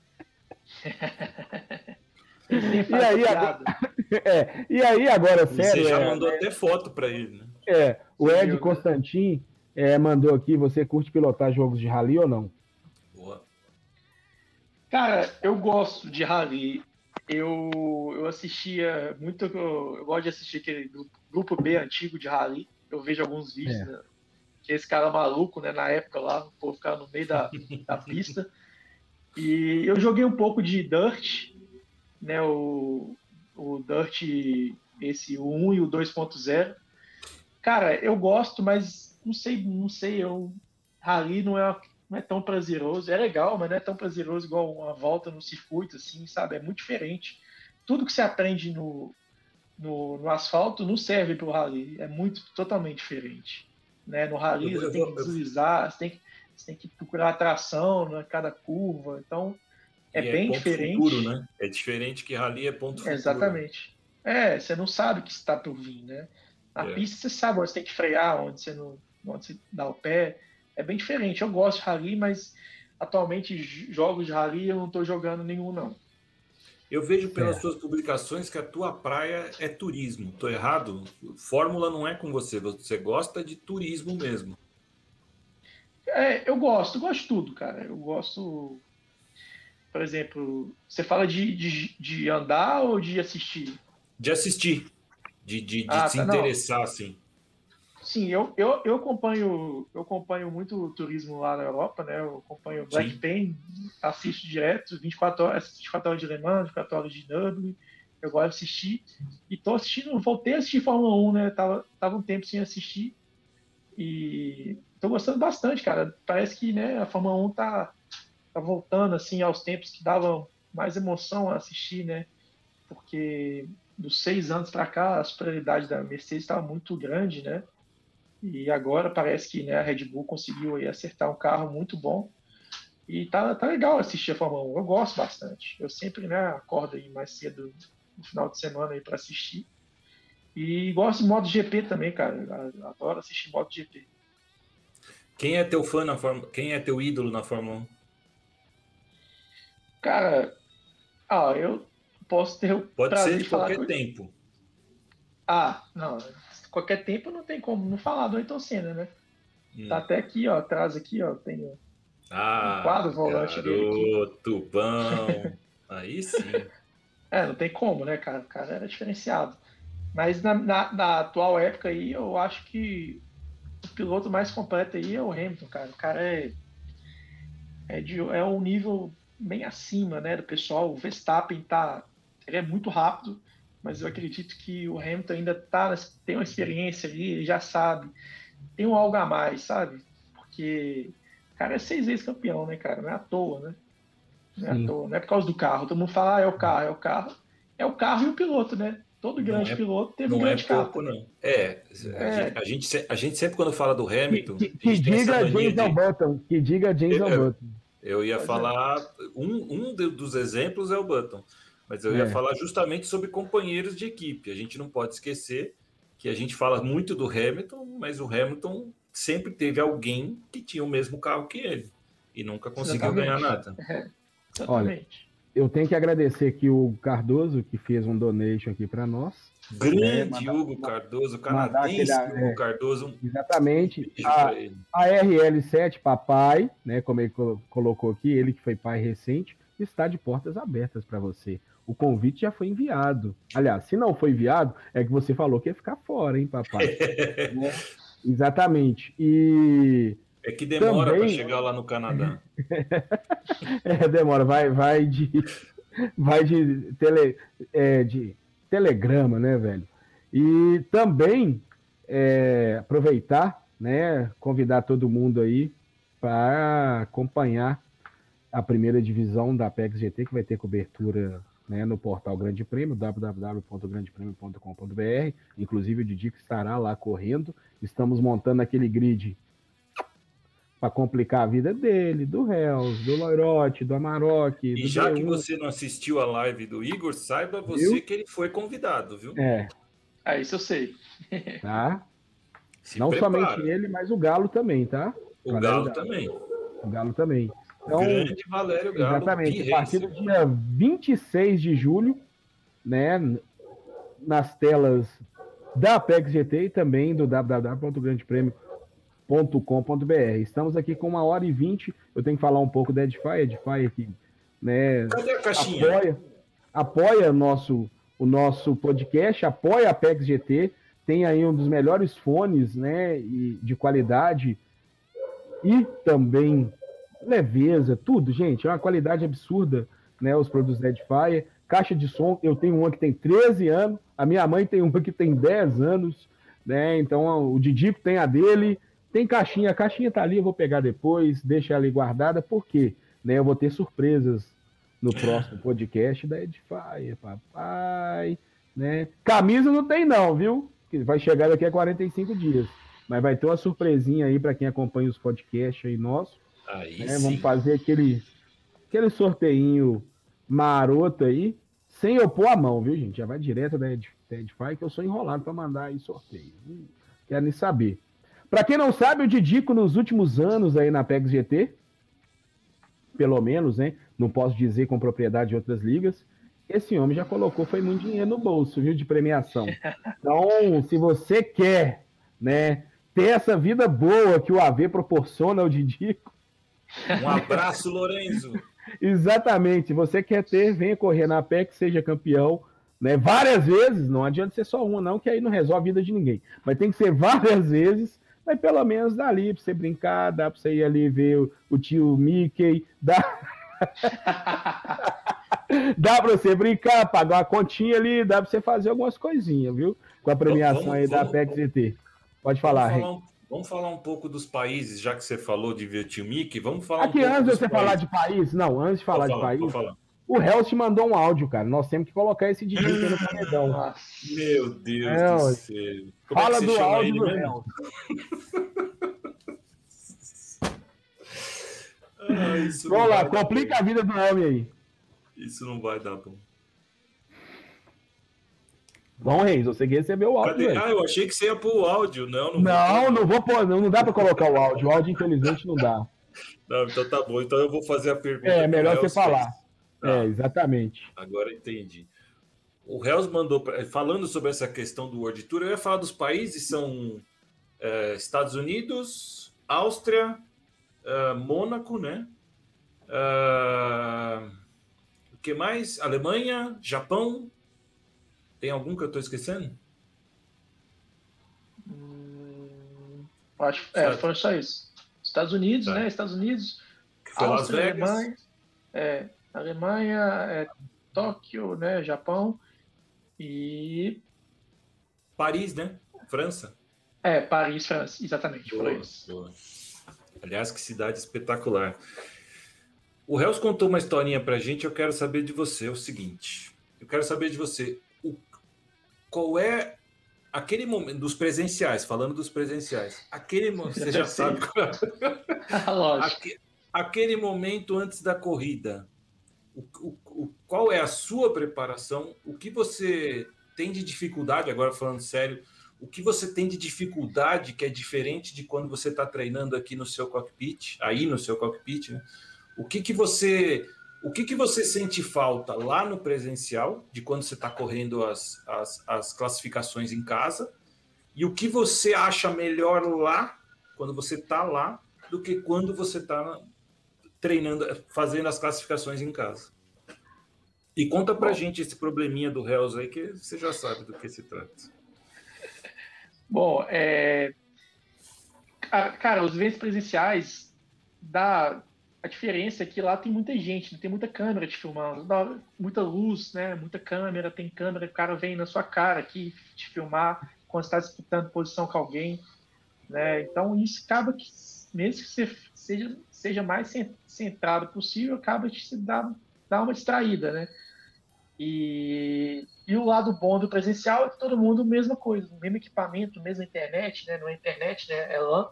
E aí, agora, sério... Você já mandou até foto para ele, né? O Ed Constantin mandou aqui, você curte pilotar jogos de rally ou não? Boa. Cara, eu gosto de rally. Eu assistia muito, eu gosto de assistir aquele grupo B antigo de rally. Eu vejo alguns vídeos, né, que esse cara maluco, né, na época lá, o povo ficava no meio da pista. E eu joguei um pouco de Dirt, né, o Dirt, esse o 1 e o 2.0. Cara, eu gosto, mas não sei, rally não é tão prazeroso. É legal, mas não é tão prazeroso igual uma volta no circuito, assim, sabe? É muito diferente. Tudo que você aprende no asfalto não serve para o rally. É totalmente diferente. Né? No rally você tem que deslizar, você tem que procurar atração na cada curva. Então, é bem diferente. Futuro, né? É diferente que rally é ponto futuro. Exatamente. Você não sabe o que está por vir, né? Na pista você sabe onde você tem que frear, onde você dá o pé. É bem diferente. Eu gosto de rally, mas atualmente jogos de rally eu não estou jogando nenhum, não. Eu vejo pelas suas publicações que a tua praia é turismo. Estou errado? Fórmula não é com você. Você gosta de turismo mesmo. Eu gosto de tudo, cara. Eu gosto... Por exemplo, você fala de andar ou de assistir? De assistir. De se interessar, assim. Sim, eu acompanho muito o turismo lá na Europa, né? Eu acompanho o Black Pain, assisto direto, 24 horas de Le Mans, 24 horas de Dublin, eu gosto de assistir. E voltei a assistir Fórmula 1, né? Tava um tempo sem assistir. E tô gostando bastante, cara. Parece que, né, a Fórmula 1 tá voltando, assim, aos tempos que davam mais emoção a assistir, né? Porque dos 6 anos para cá, a superioridade da Mercedes estava muito grande, né? E agora parece que, né, a Red Bull conseguiu aí acertar um carro muito bom. E tá legal assistir a Fórmula 1. Eu gosto bastante. Eu sempre, né, acordo aí mais cedo no final de semana aí para assistir. E gosto de MotoGP também, cara. Eu adoro assistir MotoGP. Quem é teu fã na Fórmula? Quem é teu ídolo na Fórmula 1? Cara, eu posso ter o Pode ser de de falar qualquer tempo. Não. Qualquer tempo não tem como não falar do Ayrton Senna, né? Tá até aqui, ó, atrás aqui, ó, tem um quadro volante dele aqui. Garoto bom. Aí sim. Não tem como, né, cara? O cara era diferenciado. Mas na atual época aí, eu acho que o piloto mais completo aí é o Hamilton, cara. O cara é um nível bem acima, né, do pessoal. O Verstappen ele é muito rápido, mas eu acredito que o Hamilton ainda tem uma experiência ali, ele já sabe, tem um algo a mais, sabe? Porque o cara é 6 vezes campeão, né, cara? Não é à toa, né? Não é à toa, não é por causa do carro. Todo mundo fala, é o carro. É o carro e o piloto, né? Todo grande piloto teve um grande carro. Não é pouco, não. A gente sempre, quando fala do Hamilton... Que diga Jenson Button. Que diga Jenson Button. Eu ia falar... Um dos exemplos é o Button. Mas eu ia falar justamente sobre companheiros de equipe. A gente não pode esquecer que a gente fala muito do Hamilton, mas o Hamilton sempre teve alguém que tinha o mesmo carro que ele. E nunca conseguiu ganhar nada. Olha, eu tenho que agradecer aqui o Cardoso, que fez um donation aqui para nós. Grande Hugo Cardoso, canadense Hugo Cardoso. Exatamente. A RL7 Papai, né, como ele colocou aqui, ele que foi pai recente, está de portas abertas para você. O convite já foi enviado. Aliás, se não foi enviado, é que você falou que ia ficar fora, hein, papai? Né? Exatamente. E é que demora para chegar lá no Canadá. Demora. Vai de telegrama, né, velho? E também aproveitar, né, convidar todo mundo aí para acompanhar a primeira divisão da Apex GT, que vai ter cobertura, né, no portal Grande Prêmio, www.grandepremio.com.br. Inclusive o Didico estará lá correndo. Estamos montando aquele grid para complicar a vida dele, do Hells, do Loirotti, do Amarok, E do já D1. que você não assistiu a live do Igor, saiba você Viu? que ele foi convidado, viu? Isso eu sei. Tá? Se Não prepara. somente ele, mas o Galo também, tá? O Galo também. O Galo também. Então, Grande Valério Galo. exatamente. A partir do dia 26 de julho, né, nas telas da Apex GT e também do www.grandepremio.com.br. Estamos aqui com 1h20. Eu tenho que falar um pouco da Edify. Edify aqui, né? Cadê a caixinha? Apoia o nosso podcast, apoia a Apex GT. Tem aí um dos melhores fones, né, e de qualidade e também leveza, tudo, gente. É uma qualidade absurda, né, os produtos da Edifier. Caixa de som, eu tenho uma que tem 13 anos, a minha mãe tem uma que tem 10 anos, né? Então o Didico tem a dele, tem caixinha, a caixinha tá ali, eu vou pegar depois, deixa ela ali guardada, porque, né, eu vou ter surpresas no próximo podcast da Edifier, papai, né? Camisa não tem não, viu? Que vai chegar daqui a 45 dias. Mas vai ter uma surpresinha aí para quem acompanha os podcasts aí nossos. Né? Vamos fazer aquele sorteinho maroto aí, sem eu pôr a mão, viu, gente? Já vai direto da Edify, que eu sou enrolado para mandar aí sorteio. Não quero nem saber. Para quem não sabe, o Didico nos últimos anos aí na Apex GT, pelo menos, né? Não posso dizer com propriedade de outras ligas, esse homem já colocou, foi muito dinheiro no bolso, viu, de premiação. Então, se você quer, né, ter essa vida boa que o AV proporciona ao Didico... Um abraço, Lorenzo! Exatamente, se você quer ter, venha correr na Apex, seja campeão, né, várias vezes, não adianta ser só uma não, que aí não resolve a vida de ninguém, mas tem que ser várias vezes, mas pelo menos dá ali pra você brincar, dá pra você ir ali ver o tio Mickey, dá... Dá pra você brincar, pagar uma continha ali, dá pra você fazer algumas coisinhas, viu? Com a premiação aí da Apex GT. Pode falar, Rei. Vamos falar um pouco dos países, já que você falou de ver o tio Mickey, vamos falar aqui, um pouco antes de você países. falar de país, não, antes de falar de país, o Hells te mandou um áudio, cara. Nós temos que colocar esse DJ aqui no paredão. Meu Deus do céu. Como fala é que do chama áudio ele do mesmo? Vamos lá, complica a vida do homem aí. Isso não vai dar bom. Bom, Reis, você recebeu o áudio. Eu achei que você ia pôr o áudio. Não vou pôr, não dá pra colocar o áudio. O áudio, infelizmente, não dá. Não, então tá bom. Então eu vou fazer a pergunta. É melhor você falar. Exatamente. Agora entendi. O Hells mandou, falando sobre essa questão do World Tour, eu ia falar dos países, são Estados Unidos, Áustria, Mônaco, né? O que mais? Alemanha, Japão. Tem algum que eu estou esquecendo? Acho que foi só isso. Estados Unidos, né? Estados Unidos, Áustria, Alemanha, Tóquio, né? Japão e... Paris, né? França. Paris, França, exatamente. Boa. Aliás, que cidade espetacular. O Hells contou uma historinha pra gente, eu quero saber de você, é o seguinte. Eu quero saber de você, qual é aquele momento, dos presenciais, falando dos presenciais, aquele momento, você já sabe qual é. Aquele momento antes da corrida, qual é a sua preparação, o que você tem de dificuldade, agora falando sério, o que você tem de dificuldade que é diferente de quando você está treinando aqui no seu cockpit, né? O que você sente falta lá no presencial, de quando você está correndo as classificações em casa, e o que você acha melhor lá, quando você está lá, do que quando você está treinando, fazendo as classificações em casa? E conta pra gente esse probleminha do Hells aí, que você já sabe do que se trata. Bom, cara, os eventos presenciais, a A diferença é que lá tem muita gente, tem muita câmera te filmando, muita luz, né? Muita câmera, tem câmera, o cara vem na sua cara aqui te filmar quando está disputando posição com alguém, né? Então isso acaba que, mesmo que você seja mais centrado possível, acaba te dar uma distraída, né? E o lado bom do presencial é que todo mundo mesma coisa, mesmo equipamento, mesma internet, né? Não é internet, né? É LAN.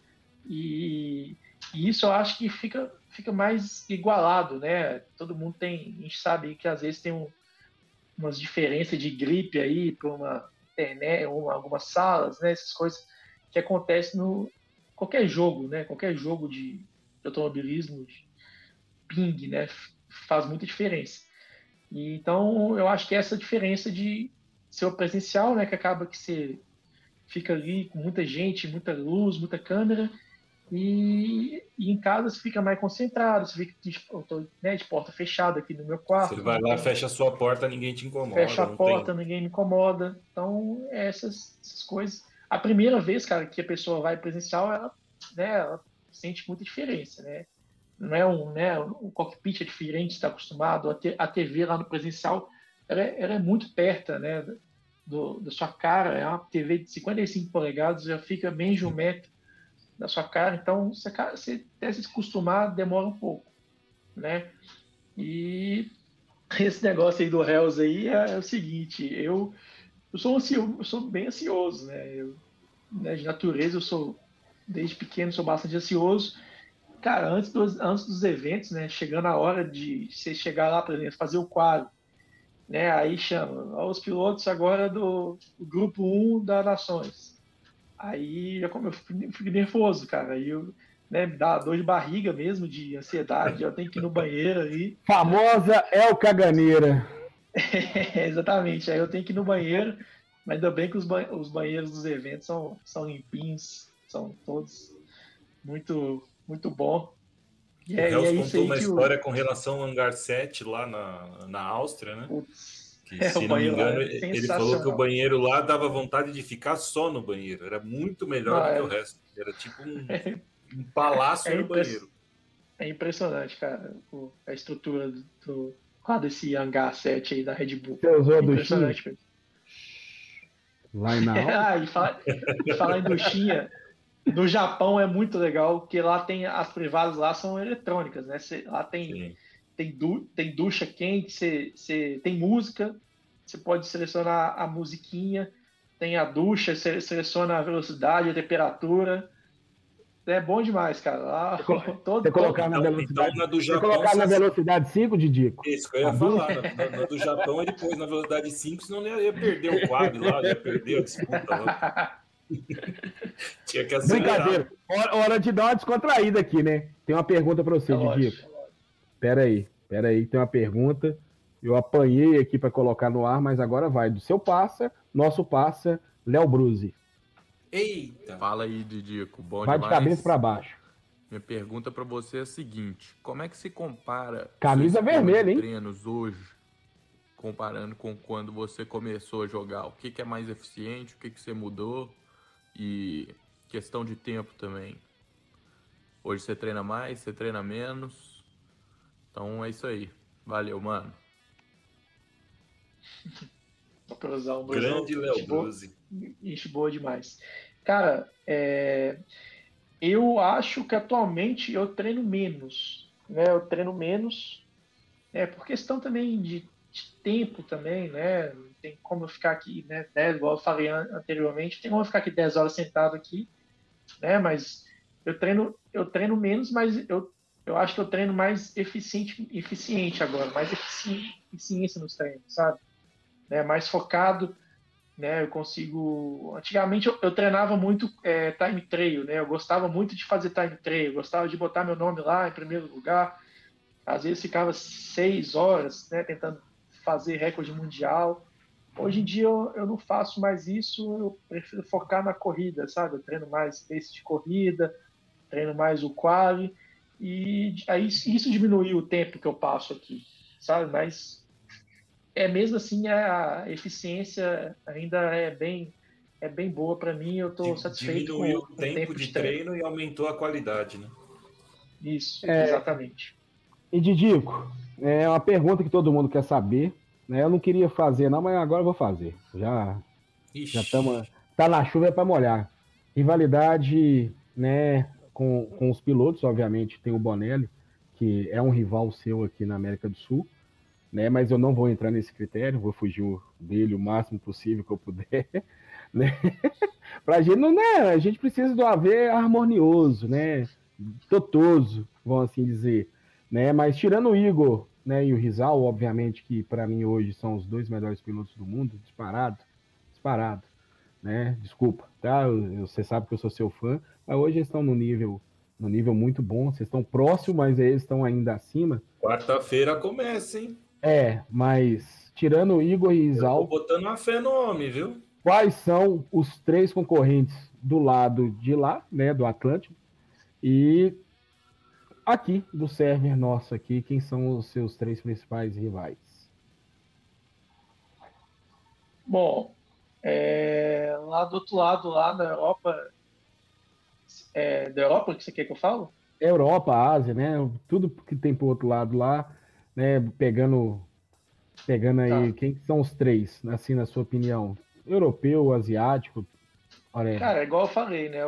E isso eu acho que fica mais igualado, né? Todo mundo a gente sabe que às vezes tem umas diferenças de gripe aí para uma internet, ou algumas salas, né? Essas coisas que acontecem no qualquer jogo, né? Qualquer jogo de automobilismo, de ping, né? Faz muita diferença. E, então eu acho que essa diferença de ser o presencial, né? Que acaba que você fica ali com muita gente, muita luz, muita câmera. E em casa você fica mais concentrado, você fica de porta fechada aqui no meu quarto. Você vai lá, fecha a sua porta, ninguém te incomoda. Fecha a porta, ninguém me incomoda. Então, essas coisas. A primeira vez, cara, que a pessoa vai presencial, ela sente muita diferença, né? Não é o cockpit é diferente, está acostumado. A TV lá no presencial, ela é muito perto, né? Da sua cara. É uma TV de 55 polegadas, já fica bem de 1 metro da sua cara, então você até se acostumar demora um pouco, né? E esse negócio aí do Hells aí é o seguinte, eu sou ansioso, eu sou bem ansioso, né? De natureza desde pequeno sou bastante ansioso. Cara, antes dos eventos, né? Chegando a hora de você chegar lá, por exemplo, fazer o quadro, né? Aí chama os pilotos agora do grupo 1 da Nações. Aí eu fico nervoso, cara. Aí me dá dor de barriga mesmo, de ansiedade. Eu tenho que ir no banheiro aí. Famosa El Caganeira. Exatamente. Aí eu tenho que ir no banheiro. Mas ainda bem que os banheiros dos eventos são limpinhos, são todos muito, muito bom. O Hells contou uma história com relação ao Hangar 7 lá na Áustria, né? Putz. Que, se não me engano, ele falou que o banheiro lá dava vontade de ficar só no banheiro. Era muito melhor do que o resto. Era tipo um palácio no banheiro. É impressionante, cara, a estrutura desse Hangar 7 aí da Red Bull. Você usou impressionante mesmo. Lá na e falar em duchinha, no Japão é muito legal, porque lá tem as privadas lá são eletrônicas, né? Lá tem ducha quente, você tem música, você pode selecionar a musiquinha, tem a ducha, você seleciona a velocidade, a temperatura. É bom demais, cara. Lá, você colocar na velocidade. Então, na do Japão, você colocar na velocidade 5, Didico? Isso que eu ia falar. Na do Japão é depois na velocidade 5, senão não ia perder o quadro lá, ia perder a disputa lá. Tinha que acelerar. Brincadeira. Hora de dar uma descontraída aqui, né? Tem uma pergunta para você, Didico. Pera aí, tem uma pergunta. Eu apanhei aqui para colocar no ar, mas agora vai. Do seu parça, nosso parça, Léo Bruzi. Eita! Fala aí, Didico. Bom vai demais. De cabeça para baixo. Minha pergunta para você é a seguinte: como é que se compara camisa vermelha, hein? Treinos hoje, comparando com quando você começou a jogar? O que é mais eficiente? O que você mudou? E questão de tempo também. Hoje você treina mais, você treina menos. Então é isso aí. Valeu, mano. Pra usar um grande Léo Bruzi. Enche boa demais. Cara, eu acho que atualmente eu treino menos, né? Eu treino menos, por questão também de tempo também, né? Não tem como eu ficar aqui, né? Igual eu falei anteriormente, tem como eu ficar aqui 10 horas sentado aqui, né? Mas eu treino menos, mas eu acho que eu treino mais eficiente agora, mais eficiência nos treinos, sabe? Né, mais focado, né? Eu consigo. Antigamente eu treinava muito time trail, né? Eu gostava muito de fazer time trail, eu gostava de botar meu nome lá em primeiro lugar. Às vezes ficava 6 horas, né? Tentando fazer recorde mundial. Hoje em dia eu não faço mais isso, eu prefiro focar na corrida, sabe? Eu treino mais pace de corrida, treino mais o quali, e aí isso diminuiu o tempo que eu passo aqui, sabe? Mas mesmo assim a eficiência ainda é bem boa para mim, eu estou satisfeito com o tempo de treino e aumentou a qualidade, né? Isso, exatamente. E Didico, é uma pergunta que todo mundo quer saber, né? Eu não queria fazer não, mas agora eu vou fazer. Já estamos... Tá na chuva é para molhar. Rivalidade, né, com os pilotos, obviamente tem o Bonelli, que é um rival seu aqui na América do Sul, né? Mas eu não vou entrar nesse critério, vou fugir dele o máximo possível que eu puder, né? Pra gente não, né? A gente precisa do haver harmonioso, né? Totoso, vamos assim dizer, né? Mas tirando o Igor, né, e o Rizal, obviamente que para mim hoje são os dois melhores pilotos do mundo, disparado, né? Desculpa, tá? Você sabe que eu sou seu fã, mas hoje eles estão no nível muito bom, vocês estão próximos, mas eles estão ainda acima. Quarta-feira começa, hein? Mas tirando o Igor e Rizal... Eu tô botando uma fé no homem, viu? Quais são os 3 concorrentes do lado de lá, né, do Atlântico, e aqui, do server nosso aqui, quem são os seus 3 principais rivais? Bom, lá do outro lado, lá da Europa, da Europa que você quer que eu falo? Europa, Ásia, né? Tudo que tem pro outro lado lá, né? Pegando aí, quem são os 3, assim, na sua opinião? Europeu, asiático? Olha. Cara, igual eu falei, né?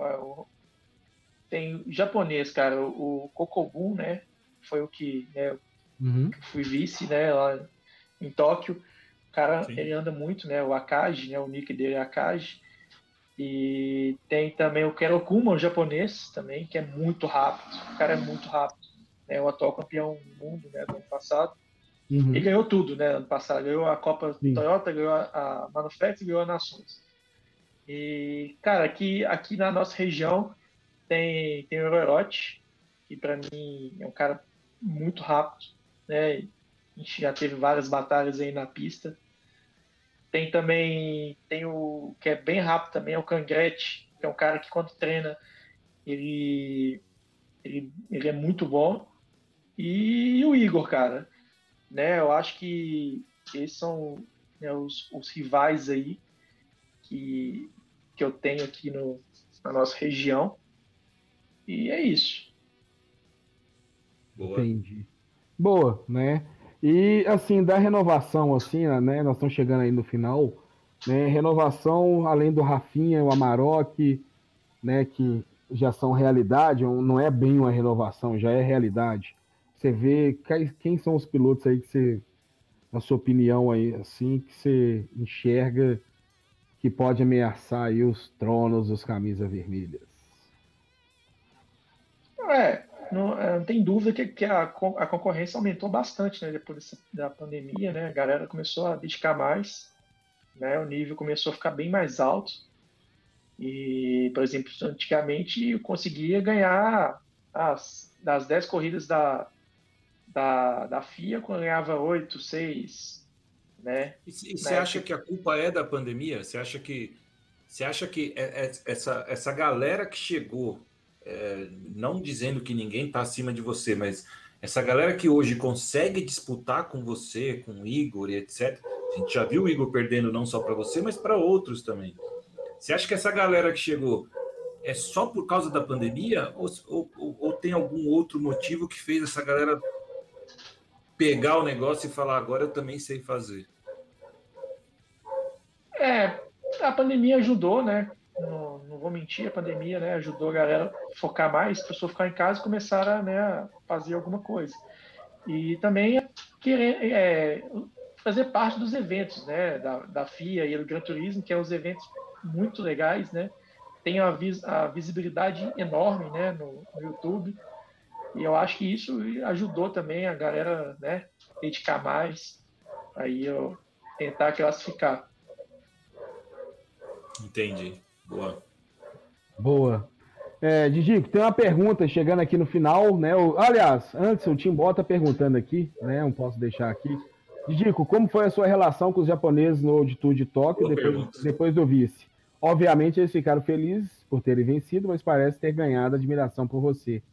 Tem o japonês, cara, o Kokobun, né? Foi o que, né? Fui vice, né? Lá em Tóquio. O cara, Sim. Ele anda muito, né? O Akagi, né? O nick dele é Akagi. E tem também o Kerokuma, o japonês também, que é muito rápido. O cara é muito rápido. É o atual campeão do mundo, né? Do ano passado. Ele ganhou tudo, né? Ano passado. Ganhou a Copa Sim. Toyota, ganhou a Manufacturing e ganhou a Nações. E, cara, aqui na nossa região tem o Orochi, que para mim é um cara muito rápido, né? A gente já teve várias batalhas aí na pista. Tem o que é bem rápido também, é o Kangrete, que é um cara que quando treina ele é muito bom. E o Igor, cara, né? Eu acho que esses são, né, os rivais aí que eu tenho aqui na nossa região. E é isso. Boa. Entendi. Boa, né? E, assim, da renovação, assim, né? Nós estamos chegando aí no final, né? Renovação, além do Rafinha, o Amarok, né? Que já são realidade, não é bem uma renovação, já é realidade. Você vê quem são os pilotos aí que você, na sua opinião aí, assim, que você enxerga que pode ameaçar aí os tronos dos camisas vermelhas? Não tem dúvida que a concorrência aumentou bastante, né, depois da pandemia, né? A galera começou a dedicar mais, né? O nível começou a ficar bem mais alto. E, por exemplo, antigamente eu conseguia ganhar das 10 corridas da FIA, eu ganhava 8, 6, né? E você acha que a culpa é da pandemia? Você acha que essa galera que chegou, não dizendo que ninguém está acima de você, mas essa galera que hoje consegue disputar com você, com o Igor e etc. A gente já viu o Igor perdendo não só para você, mas para outros também. Você acha que essa galera que chegou é só por causa da pandemia ou tem algum outro motivo que fez essa galera pegar o negócio e falar, agora eu também sei fazer? A pandemia ajudou, né? Não vou mentir, a pandemia, né, ajudou a galera a focar mais, a pessoa ficar em casa e começar, né, a fazer alguma coisa. E também querer fazer parte dos eventos, né, da FIA e do Gran Turismo, que são os eventos muito legais, né? Tem a visibilidade enorme, né, no YouTube. E eu acho que isso ajudou também a galera, né, dedicar mais, aí eu tentar classificar. Entendi. Boa. Didico, tem uma pergunta chegando aqui no final, né? Aliás, antes o Tim Bota perguntando aqui, né? Não posso deixar aqui. Didico, como foi a sua relação com os japoneses no World Tour de Tóquio depois do vice? Obviamente eles ficaram felizes por terem vencido, mas parece ter ganhado admiração por você.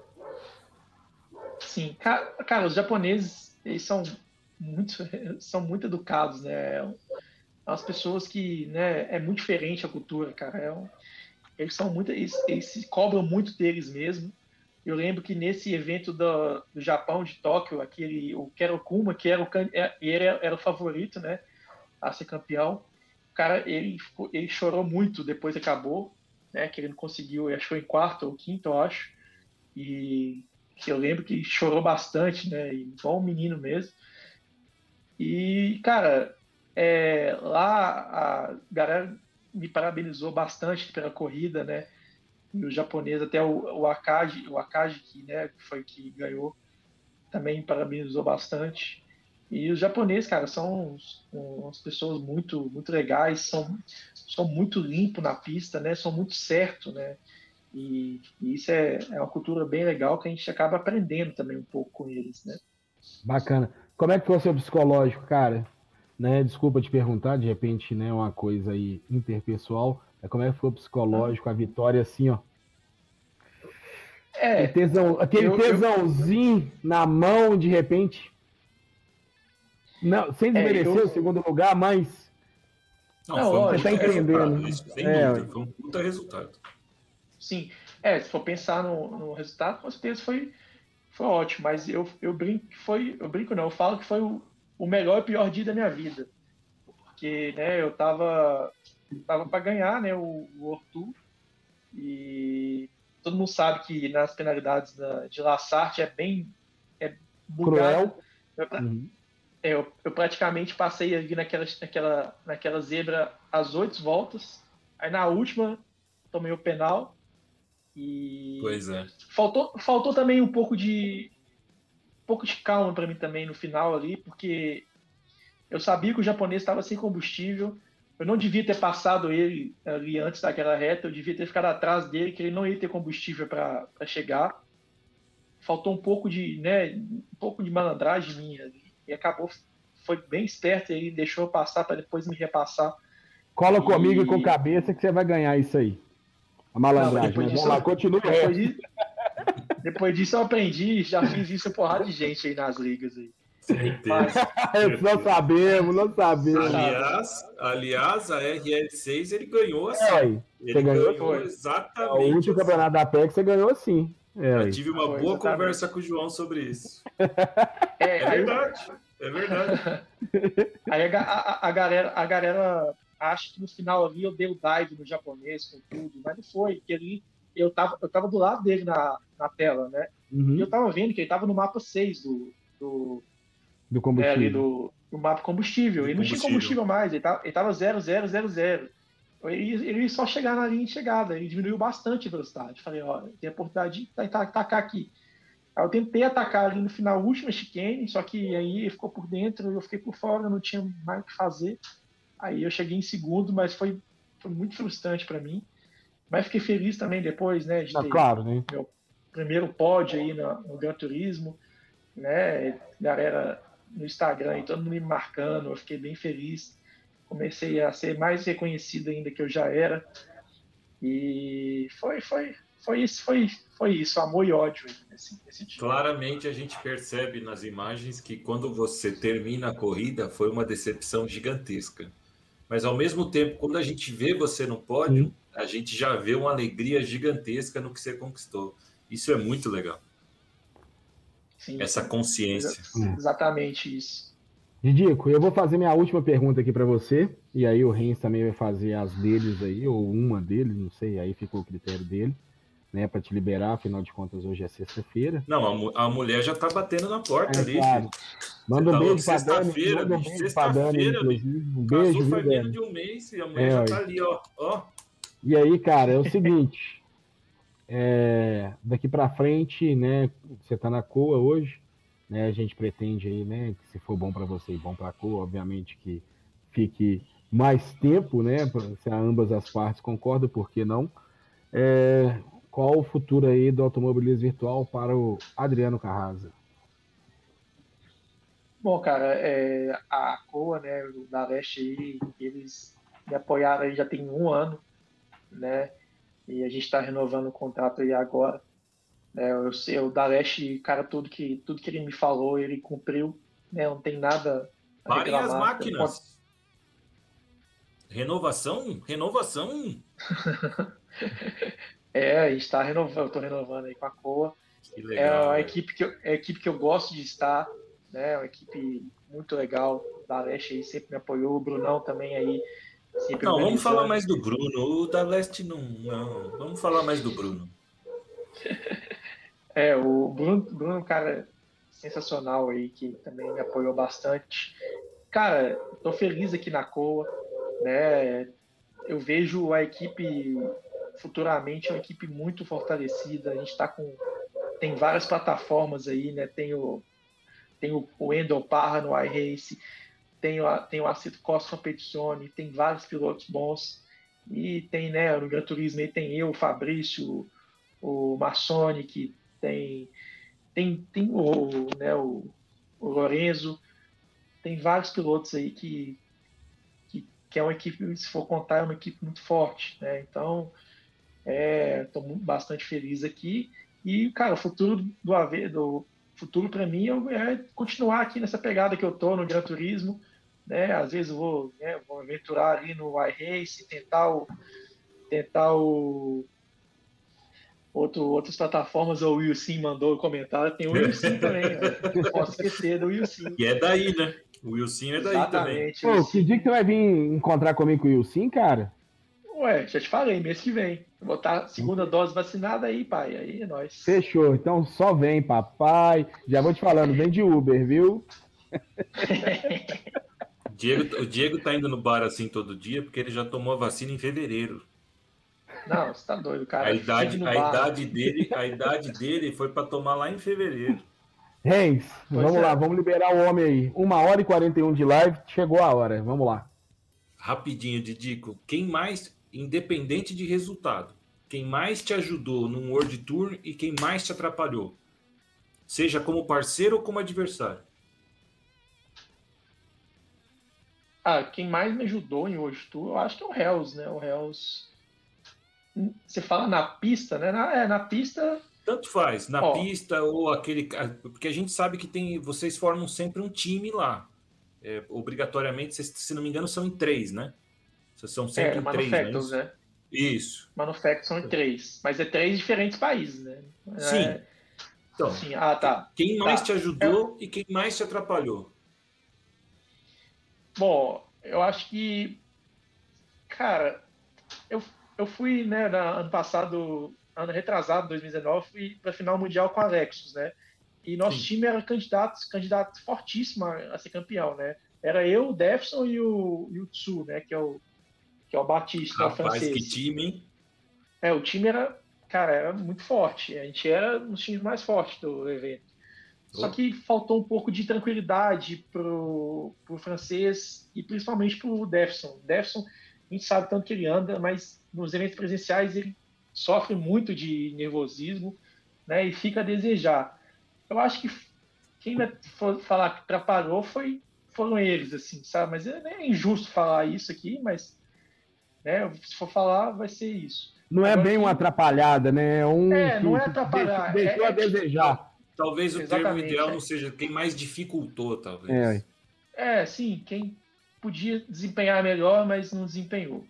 Sim, cara, os japoneses, eles são muito educados, né? As pessoas que, né, é muito diferente a cultura, cara. Eles se cobram muito deles mesmo, eu lembro que nesse evento do Japão, de Tóquio, o Kero Kuma, que era o favorito, né, a ser campeão, o cara, ele chorou muito depois que acabou, né, que ele não conseguiu, ele achou em quarto ou quinto, eu acho, e que eu lembro que chorou bastante, né, igual um menino mesmo. E, cara, lá a galera me parabenizou bastante pela corrida, né, e o japonês, até o Akagi, que, né, foi que ganhou, também parabenizou bastante. E os japoneses, cara, são umas pessoas muito, muito legais, são muito limpos na pista, né? São muito certos, né? E isso é uma cultura bem legal que a gente acaba aprendendo também um pouco com eles, né? Bacana. Como é que foi o seu psicológico, cara? Né? Desculpa te perguntar, de repente, né, uma coisa aí interpessoal. Como é que foi o psicológico, a vitória assim, ó? Aquele tesãozinho na mão, de repente. Não, sem desmerecer o segundo lugar, mas. Você está entendendo. Isso, sem dúvida, foi um puta resultado. Sim, se for pensar no resultado, com certeza foi ótimo, mas eu brinco que eu falo que foi o melhor e pior dia da minha vida. Porque, né, eu tava para ganhar, né, o World Tour, e todo mundo sabe que nas penalidades de Lassarte é bem bugado. Cruel. Eu praticamente passei ali naquela zebra as 8 voltas. Aí na última tomei o penal. E pois é. Faltou também um pouco de calma para mim também no final ali, porque eu sabia que o japonês estava sem combustível. Eu não devia ter passado ele ali antes daquela reta. Eu devia ter ficado atrás dele, que ele não ia ter combustível para chegar. Faltou um pouco de malandragem minha ali. E acabou, foi bem esperto e deixou eu passar para depois me repassar. Cola comigo e com cabeça que você vai ganhar isso aí. A malandragem. Mas vamos lá, continua. Depois disso eu aprendi, já fiz isso a porrada de gente aí nas ligas aí. Não sabemos. Aliás, a RL6 ele ganhou assim. Ele ganhou exatamente. O último campeonato da Apex você ganhou assim. Eu tive uma boa conversa com o João sobre isso. É verdade. Aí a galera acha que no final ali eu dei o dive no japonês com tudo, mas não foi, porque ali eu tava do lado dele na tela, né? Uhum. E eu tava vendo que ele tava no mapa 6 do combustível. Do mapa combustível. Ele não tinha combustível mais, ele tava 0, 0, 0, 0. Ele só chegar na linha de chegada, ele diminuiu bastante a velocidade. Falei, ó, tem a oportunidade de atacar aqui. Aí eu tentei atacar ali no final, última chicane, só que aí ele ficou por dentro, eu fiquei por fora, não tinha mais o que fazer. Aí eu cheguei em segundo, mas foi muito frustrante para mim. Mas fiquei feliz também depois, né, de ter meu primeiro pódio aí no Gran Turismo, né, galera no Instagram e todo mundo me marcando, eu fiquei bem feliz. Comecei a ser mais reconhecido ainda que eu já era. E foi isso, amor e ódio nesse dia. Claramente a gente percebe nas imagens que quando você termina a corrida foi uma decepção gigantesca. Mas ao mesmo tempo, quando a gente vê você no pódio, a gente já vê uma alegria gigantesca no que você conquistou. Isso é muito legal. Sim, essa consciência. Exatamente isso. Didico, eu vou fazer minha última pergunta aqui para você, e aí o Renz também vai fazer as deles aí, ou uma deles, não sei, aí ficou o critério dele, né, para te liberar, afinal de contas hoje é sexta-feira. Não, a mulher já tá batendo na porta ali. Claro. Manda um beijo pra Dani. Sexta-feira, um beijo, casou faz menos Dani? de um mês e a mulher já tá ali, ó. E aí, cara, é o seguinte, daqui para frente, né, você tá na COA hoje, né, a gente pretende aí, né, que se for bom para você e bom para a COA, obviamente que fique mais tempo, né, se ambas as partes concordam, por que não? Qual o futuro aí do automobilismo virtual para o Adriano Carrasa? Bom, cara, a COA, né, da Leste aí, eles me apoiaram aí já tem 1 ano, né, e a gente está renovando o contrato aí agora. Eu sei, o da Leste, cara, tudo que ele me falou, ele cumpriu, né, não tem nada a Parem reclamar. as máquinas. Renovação? A gente está renovando, eu estou renovando aí com a COA. Que legal, a equipe que eu gosto de estar, né? Uma equipe muito legal. Da Leste aí sempre me apoiou, o Brunão também aí sempre Não, vamos falar organizando. mais do Bruno. O da Leste não. Vamos falar mais do Bruno. O Bruno é um cara sensacional aí, que também me apoiou bastante. Cara, tô feliz aqui na COA, né? Eu vejo a equipe futuramente uma equipe muito fortalecida. A gente tem várias plataformas aí, né? Tem o Wendel Parra no iRace, tem o Aceto Costa Competizione, tem vários pilotos bons. E tem, né, no Gran Turismo aí tem eu, o Fabrício, o Massoni, que tem o Lorenzo, tem vários pilotos aí que é uma equipe, se for contar, é uma equipe muito forte, né? Então, estou bastante feliz aqui. E, cara, o futuro do futuro para mim é continuar aqui nessa pegada que eu tô no Gran Turismo, né? Às vezes eu vou aventurar ali no iRace, tentar outras plataformas. O Wilson mandou comentar, tem o Wilson também, né? Não posso esquecer do Wilson. E é daí, né? O Wilson é daí Exatamente, também. Pô, que dia que você vai vir encontrar comigo com o Wilson, cara? Ué, já te falei, mês que vem. Vou botar segunda dose vacinada aí, pai. Aí é nóis. Fechou, então só vem, papai. Já vou te falando, vem de Uber, viu? O Diego tá indo no bar assim todo dia porque ele já tomou a vacina em fevereiro. Não, você tá doido, cara. A idade dele foi para tomar lá em fevereiro. Reis, vamos lá, vamos liberar o homem aí. 1h41 de live, chegou a hora, vamos lá. Rapidinho, Didico. Quem mais, independente de resultado, quem mais te ajudou no World Tour e quem mais te atrapalhou? Seja como parceiro ou como adversário. Quem mais me ajudou em World Tour, eu acho que é o Hells, né? O Hells. Você fala na pista, né? Na pista. Tanto faz, na pista ou aquele. Porque a gente sabe que vocês formam sempre um time lá. Obrigatoriamente, se não me engano, são em 3, né? Vocês são sempre em 3, Manufactures, né? Isso. Manufactures são em 3. Mas é 3 diferentes países, né? Sim. Então, assim, tá. Quem mais te ajudou e quem mais te atrapalhou? Bom, eu acho que. Cara, eu fui, né, ano passado, ano retrasado, 2019, fui para a final mundial com a Lexus, né? E nosso time era candidato fortíssimo a ser campeão, né? Era eu, o Defson e o Tsu, né? Que é o Batista, o francês. Que time, hein? O time era muito forte. A gente era um dos times mais fortes do evento. Só que faltou um pouco de tranquilidade pro francês e principalmente pro Defson. Defson, a gente sabe tanto que ele anda, mas nos eventos presenciais ele sofre muito de nervosismo, né? E fica a desejar. Eu acho que quem vai falar que atrapalhou foram eles, assim, sabe? Mas é injusto falar isso aqui, mas, né, se for falar, vai ser isso. Não é bem uma atrapalhada, né? Não é atrapalhar. Deixou a desejar. Talvez o termo ideal não seja quem mais dificultou, talvez. Sim, quem podia desempenhar melhor, mas não desempenhou.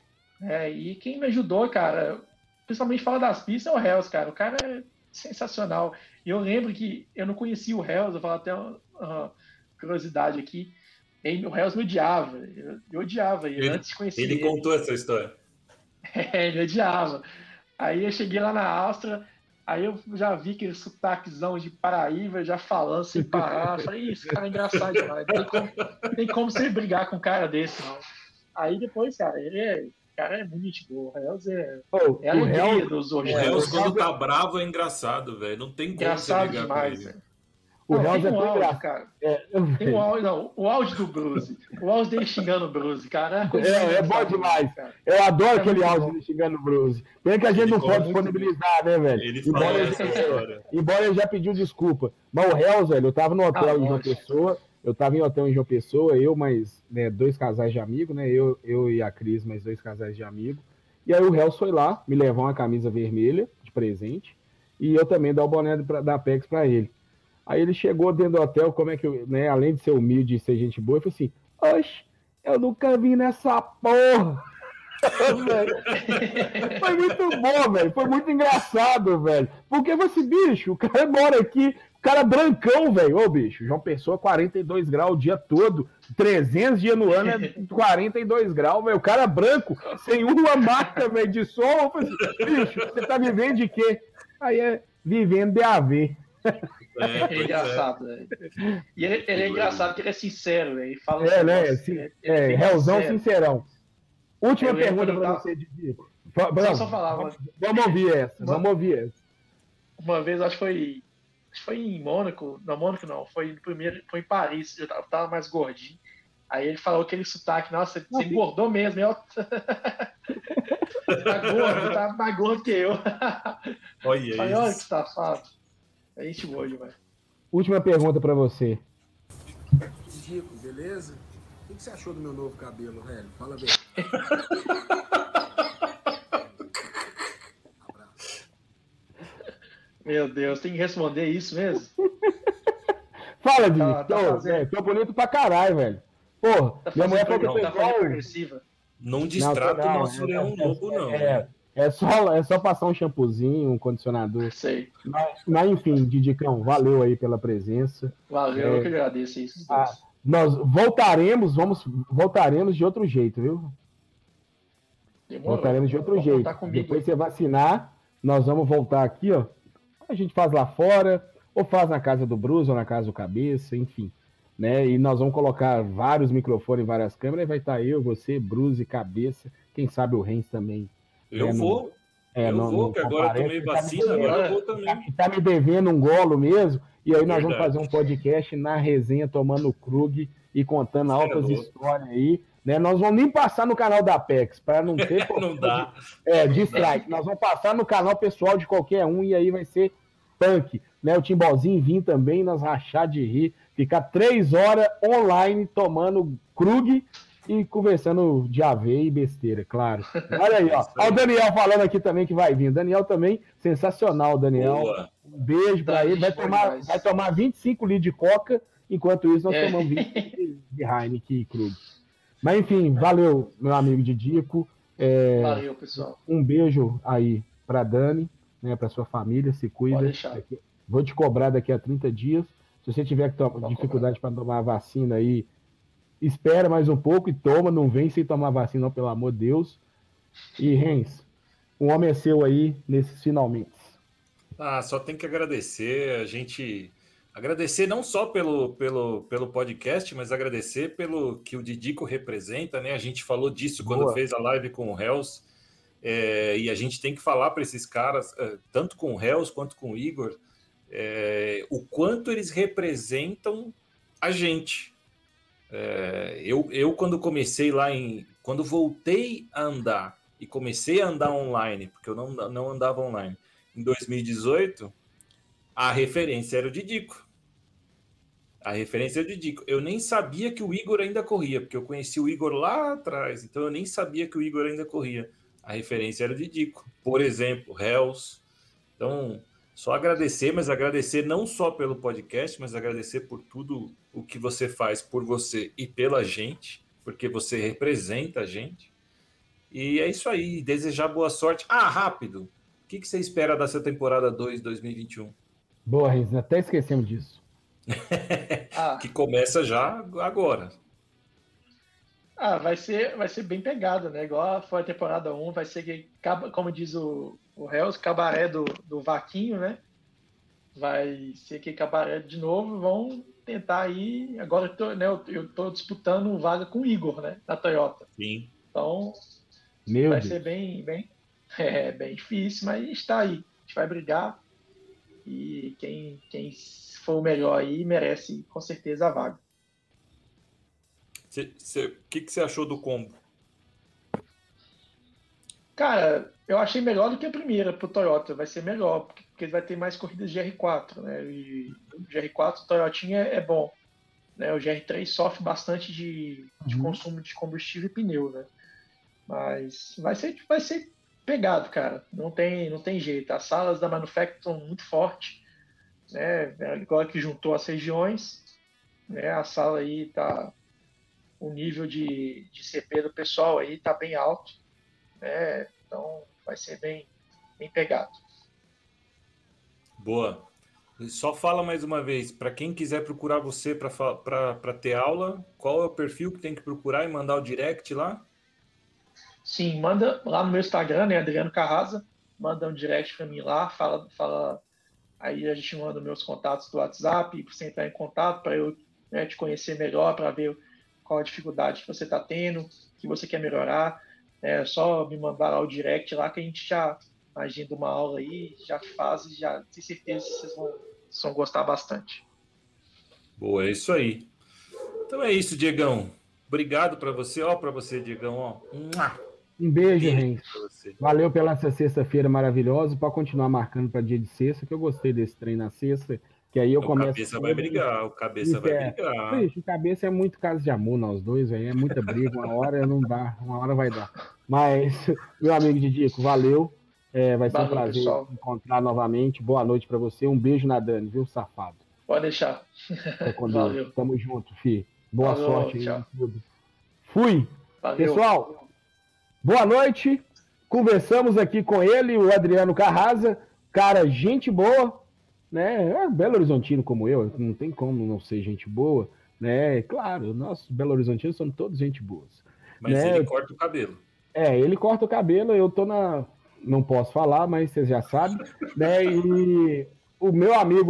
E quem me ajudou, cara, principalmente falar das pistas, é o Hells, cara. O cara é sensacional. E eu lembro que eu não conhecia o Hells, eu vou falar até uma curiosidade aqui. O Hells me odiava. Eu odiava ele antes de conhecer ele. Ele contou essa história. Ele odiava. Aí eu cheguei lá na Áustria, aí eu já vi aquele sotaquezão de Paraíba, já falando sem parar. Eu falei, esse cara é engraçado demais. Não tem como você brigar com um cara desse, não. Aí depois, cara, cara é muito gente boa. O Hells é a alegria dos hoje. O Hells, quando tá bravo, é engraçado, velho. Não tem como engraçado você demais, com ele. velho. O Hells é um tão áudio, engraçado. cara. Tem um áudio, não. O áudio do Bruce. O áudio dele xingando o Bruce, cara. É bom demais. Cara. Eu adoro aquele áudio dele xingando o Bruce. Pena que a gente não pode disponibilizar, né, velho? Ele fala essa história. Embora ele já pediu desculpa. Mas o Hells, velho, eu tava no hotel em João Pessoa. Eu tava em hotel em João Pessoa, eu mais 2 casais de amigos, né? Eu e a Cris, mais 2 casais de amigos. E aí o Hells foi lá, me levou uma camisa vermelha de presente. E eu também dei o boné da Apex pra ele. Aí ele chegou dentro do hotel, como é que eu, né, além de ser humilde e ser gente boa, ele falou assim, oxe, eu nunca vim nessa porra. Foi muito bom, velho. Foi muito engraçado, velho. Porque esse bicho, o cara mora aqui, o cara brancão, velho. Ô, bicho, João Pessoa, 42 graus o dia todo. 300 dias no ano é 42 graus, velho. O cara branco, sem uma marca, velho, de sol. Eu falei, bicho, você tá vivendo de quê? Aí é vivendo de AV. É engraçado, velho. E ele é engraçado porque ele é sincero, velho. Ele fala réuzão sincerão. Última pergunta para você, Didico. Só falar, vamos ouvir essa. Uma vez, acho que foi em Mônaco. Não, Mônaco não. Foi em Paris. Eu tava mais gordinho. Aí ele falou aquele sotaque. Nossa, você engordou mesmo. Tá gordo, tá mais gordo que eu. Olha isso. Olha que safado. A gente boa demais. Última pergunta para você. Didico, beleza? O que você achou do meu novo cabelo, velho? Fala bem. Meu Deus, tem que responder isso mesmo? Fala, Didico. Tô bonito pra caralho, velho. Porra, minha mulher falou que tá fazendo progressiva. Não distrata o nosso leão lobo, não. É só passar um shampoozinho, um condicionador. Sei. Mas enfim, Didicão, valeu aí pela presença. Valeu, eu que agradeço isso. Nós voltaremos de outro jeito, viu? Demorou. Voltaremos de outro jeito. Depois você vacinar, nós vamos voltar aqui, ó. A gente faz lá fora, ou faz na casa do Bruce, ou na casa do Cabeça, enfim. Né? E nós vamos colocar vários microfones, várias câmeras, e vai estar eu, você, Bruce, Cabeça, quem sabe o Renz também. Eu vou, que agora eu tomei vacina, agora eu vou também. Tá me devendo um golo mesmo, e aí nós vamos fazer um podcast na resenha, tomando Krug e contando altas histórias aí. Né? Nós vamos nem passar no canal da Apex, para não ter... Não dá. De strike. Nós vamos passar no canal pessoal de qualquer um, e aí vai ser punk. Né? O Timbalzinho vir também, nós rachar de rir, ficar 3 horas online tomando Krug e conversando de AV e besteira, claro. Olha aí, ó. Olha o Daniel falando aqui também que vai vir. Daniel também, sensacional, Daniel. Boa. Um beijo pra ele. Vai tomar 25 litros de coca, enquanto isso nós tomamos 20 de Heineken e Krug. Mas enfim, valeu, meu amigo Didico. Valeu, pessoal. Um beijo aí pra Dani, né, pra sua família, se cuida. Pode deixar. Vou te cobrar daqui a 30 dias. Se você tiver dificuldade para tomar a vacina aí, espera mais um pouco e toma, não vem sem tomar vacina, não, pelo amor de Deus. E, Renz, o homem é seu aí nesses finalmente. Só tem que agradecer, agradecer não só pelo podcast, mas agradecer pelo que o Didico representa, né? A gente falou disso quando fez a live com o Hells, e a gente tem que falar para esses caras, tanto com o Hells quanto com o Igor, o quanto eles representam a gente. Eu quando comecei quando voltei a andar e comecei a andar online, porque eu não andava online, em 2018, a referência era o Didico. Eu nem sabia que o Igor ainda corria, porque eu conheci o Igor lá atrás, então eu nem sabia que o Igor ainda corria. A referência era o Didico. Por exemplo, Hells. Então, só agradecer, mas agradecer não só pelo podcast, mas agradecer por tudo o que você faz por você e pela gente, porque você representa a gente. E é isso aí, desejar boa sorte. Rápido! O que você espera dessa temporada 2 2021? Boa, Renz, até esquecemos disso. Que começa já agora. Vai ser bem pegada, né? Igual foi a temporada 1, vai ser que, como diz o Hells, cabaré do Vaquinho, né? Vai ser que cabaré de novo, vão tentar aí. Agora eu tô disputando vaga com o Igor, né? Da Toyota. Sim. Então, vai ser bem difícil, mas a gente tá aí. A gente vai brigar. E quem for o melhor aí merece com certeza a vaga. O que você achou do combo? Cara, eu achei melhor do que a primeira pro Toyota. Vai ser melhor, porque vai ter mais corridas de GR4, né? E o GR4, o Toyotinha é bom. Né? O GR3 sofre bastante de consumo de combustível e pneu, né? Mas vai ser pegado, cara. Não tem jeito. As salas da Manufacture estão muito fortes, né? Agora que juntou as regiões, né? A sala aí tá... O nível de CP do pessoal aí tá bem alto. né? Então vai ser bem pegado. Boa. Só fala mais uma vez, para quem quiser procurar você para ter aula, qual é o perfil que tem que procurar e mandar o direct lá? Sim, manda lá no meu Instagram, né, Adriano Carrasa, manda um direct para mim lá, fala, aí a gente manda meus contatos do WhatsApp para você entrar em contato, para eu, né, te conhecer melhor, para ver qual a dificuldade que você está tendo, que você quer melhorar. É só me mandar lá o direct lá que a gente já agenda uma aula aí, já faz e já tenho certeza que vocês vão gostar bastante. Boa, é isso aí. Então é isso, Diegão. Obrigado para você, Diegão, ó. Um beijo, Renz. Valeu pela essa sexta-feira maravilhosa. Pode continuar marcando para dia de sexta, que eu gostei desse trem na sexta, que aí eu começo... O cabeça vai brigar. Bicho, o cabeça é muito caso de amor nós dois, véio. É muita briga, uma hora não dá, uma hora vai dar. Mas, meu amigo Didico, valeu. Vai ser um prazer, pessoal, encontrar novamente. Boa noite para você. Um beijo na Dani, viu, safado? Pode deixar. Valeu. Tamo junto, fi. Boa sorte aí. Tudo. Fui. Valeu. Pessoal, boa noite. Conversamos aqui com ele, o Adriano Carrasa. Cara, gente boa, né? Belo Horizontino como eu, não tem como não ser gente boa, né? Claro, nós Belo Horizontinos somos todos gente boas. Mas né? Ele corta o cabelo. Ele corta o cabelo, eu tô na... Não posso falar, mas vocês já sabem, né? E o meu amigo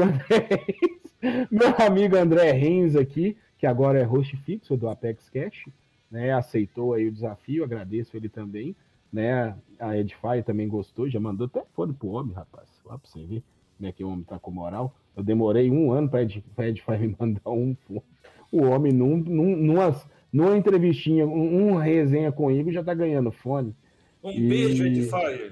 André Renz aqui, que agora é host fixo do Apex Cash, né? Aceitou aí o desafio, agradeço ele também, né? A Edify também gostou, já mandou até fone pro homem, rapaz, lá pra você ver, né? Que o homem tá com moral. Eu demorei 1 ano pra Edify me mandar um fone. O homem numa entrevistinha, uma resenha comigo, já tá ganhando fone. Beijo, Edifier.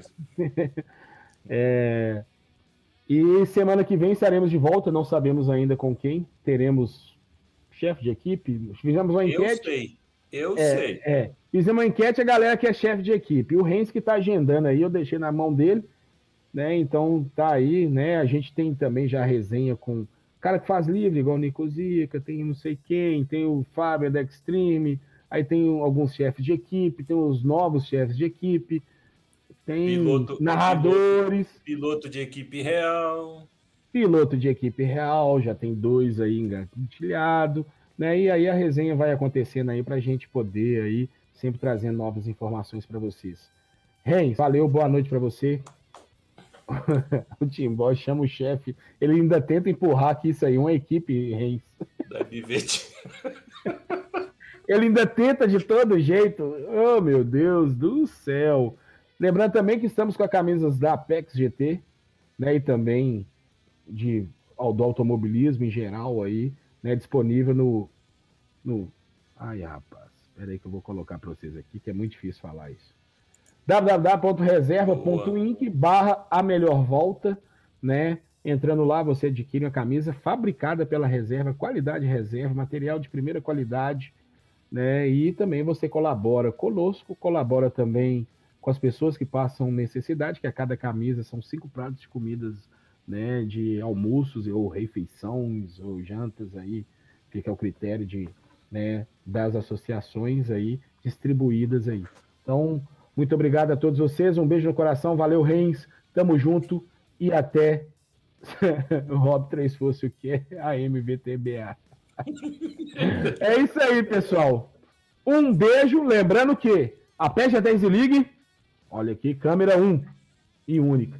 E semana que vem estaremos de volta, não sabemos ainda com quem. Teremos chefe de equipe. Fizemos uma enquete. Eu sei. Fizemos uma enquete, a galera que é chefe de equipe. O Renz que está agendando aí, eu deixei na mão dele, né? Então tá aí, né? A gente tem também já resenha com cara que faz livre, igual o Nico Zica, tem não sei quem, tem o Fábio da Extreme. Aí tem alguns chefes de equipe, tem os novos chefes de equipe, tem narradores. Piloto de equipe real. Piloto de equipe real, já tem 2 aí engatilhado, né? E aí a resenha vai acontecendo aí pra gente poder aí, sempre trazendo novas informações para vocês. Renz, valeu, boa noite para você. O Timbó chama o chefe, ele ainda tenta empurrar aqui isso aí, uma equipe, Renz. Da Bivete. Ele ainda tenta de todo jeito. Oh, meu Deus do céu. Lembrando também que estamos com as camisas da Apex GT, né? E também do automobilismo em geral aí, né? Disponível no... Ai, rapaz. Espera aí que eu vou colocar para vocês aqui, que é muito difícil falar isso. www.reserva.inc/a-melhor-volta, né? Entrando lá, você adquire uma camisa fabricada pela Reserva, qualidade Reserva, material de primeira qualidade, né? E também você colabora conosco, colabora também com as pessoas que passam necessidade, que a cada camisa são 5 pratos de comidas, né, de almoços ou refeições ou jantas aí, fica ao critério né, das associações aí distribuídas aí. Então, muito obrigado a todos vocês, um beijo no coração, valeu Renz, tamo junto e até o Rob 3 fosse o que é a MVTBA. É isso aí, pessoal. Um beijo, lembrando que a PES 10 League, olha aqui, câmera 1 e única.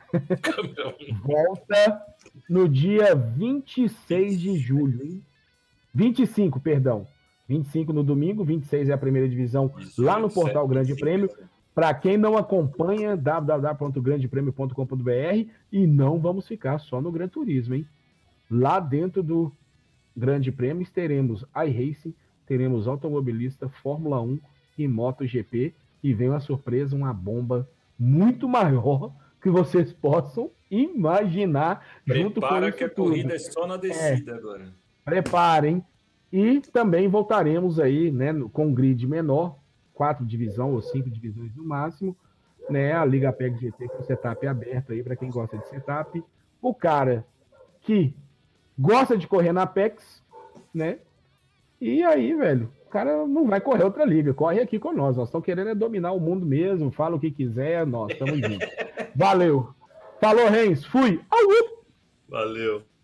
Volta no dia 26 de julho, hein? 25, perdão. 25 no domingo, 26 é a primeira divisão lá no portal Grande Prêmio. Para quem não acompanha, www.grandepremio.com.br, e não vamos ficar só no Gran Turismo, hein? Lá dentro do Grande Prêmio teremos iRacing, teremos automobilista, Fórmula 1 e MotoGP, e vem uma surpresa, uma bomba muito maior que vocês possam imaginar. Prepara que a corrida é só na descida agora. Preparem. E também voltaremos aí, né, com um grid menor, 4 divisões ou 5 divisões no máximo, né, a Liga Apex GT com setup aberto aí para quem gosta de setup. O cara que gosta de correr na Apex, né? E aí, velho, o cara não vai correr outra liga, corre aqui com nós estamos querendo dominar o mundo mesmo, fala o que quiser, nós estamos juntos. Valeu. Falou, Renz, fui. Valeu.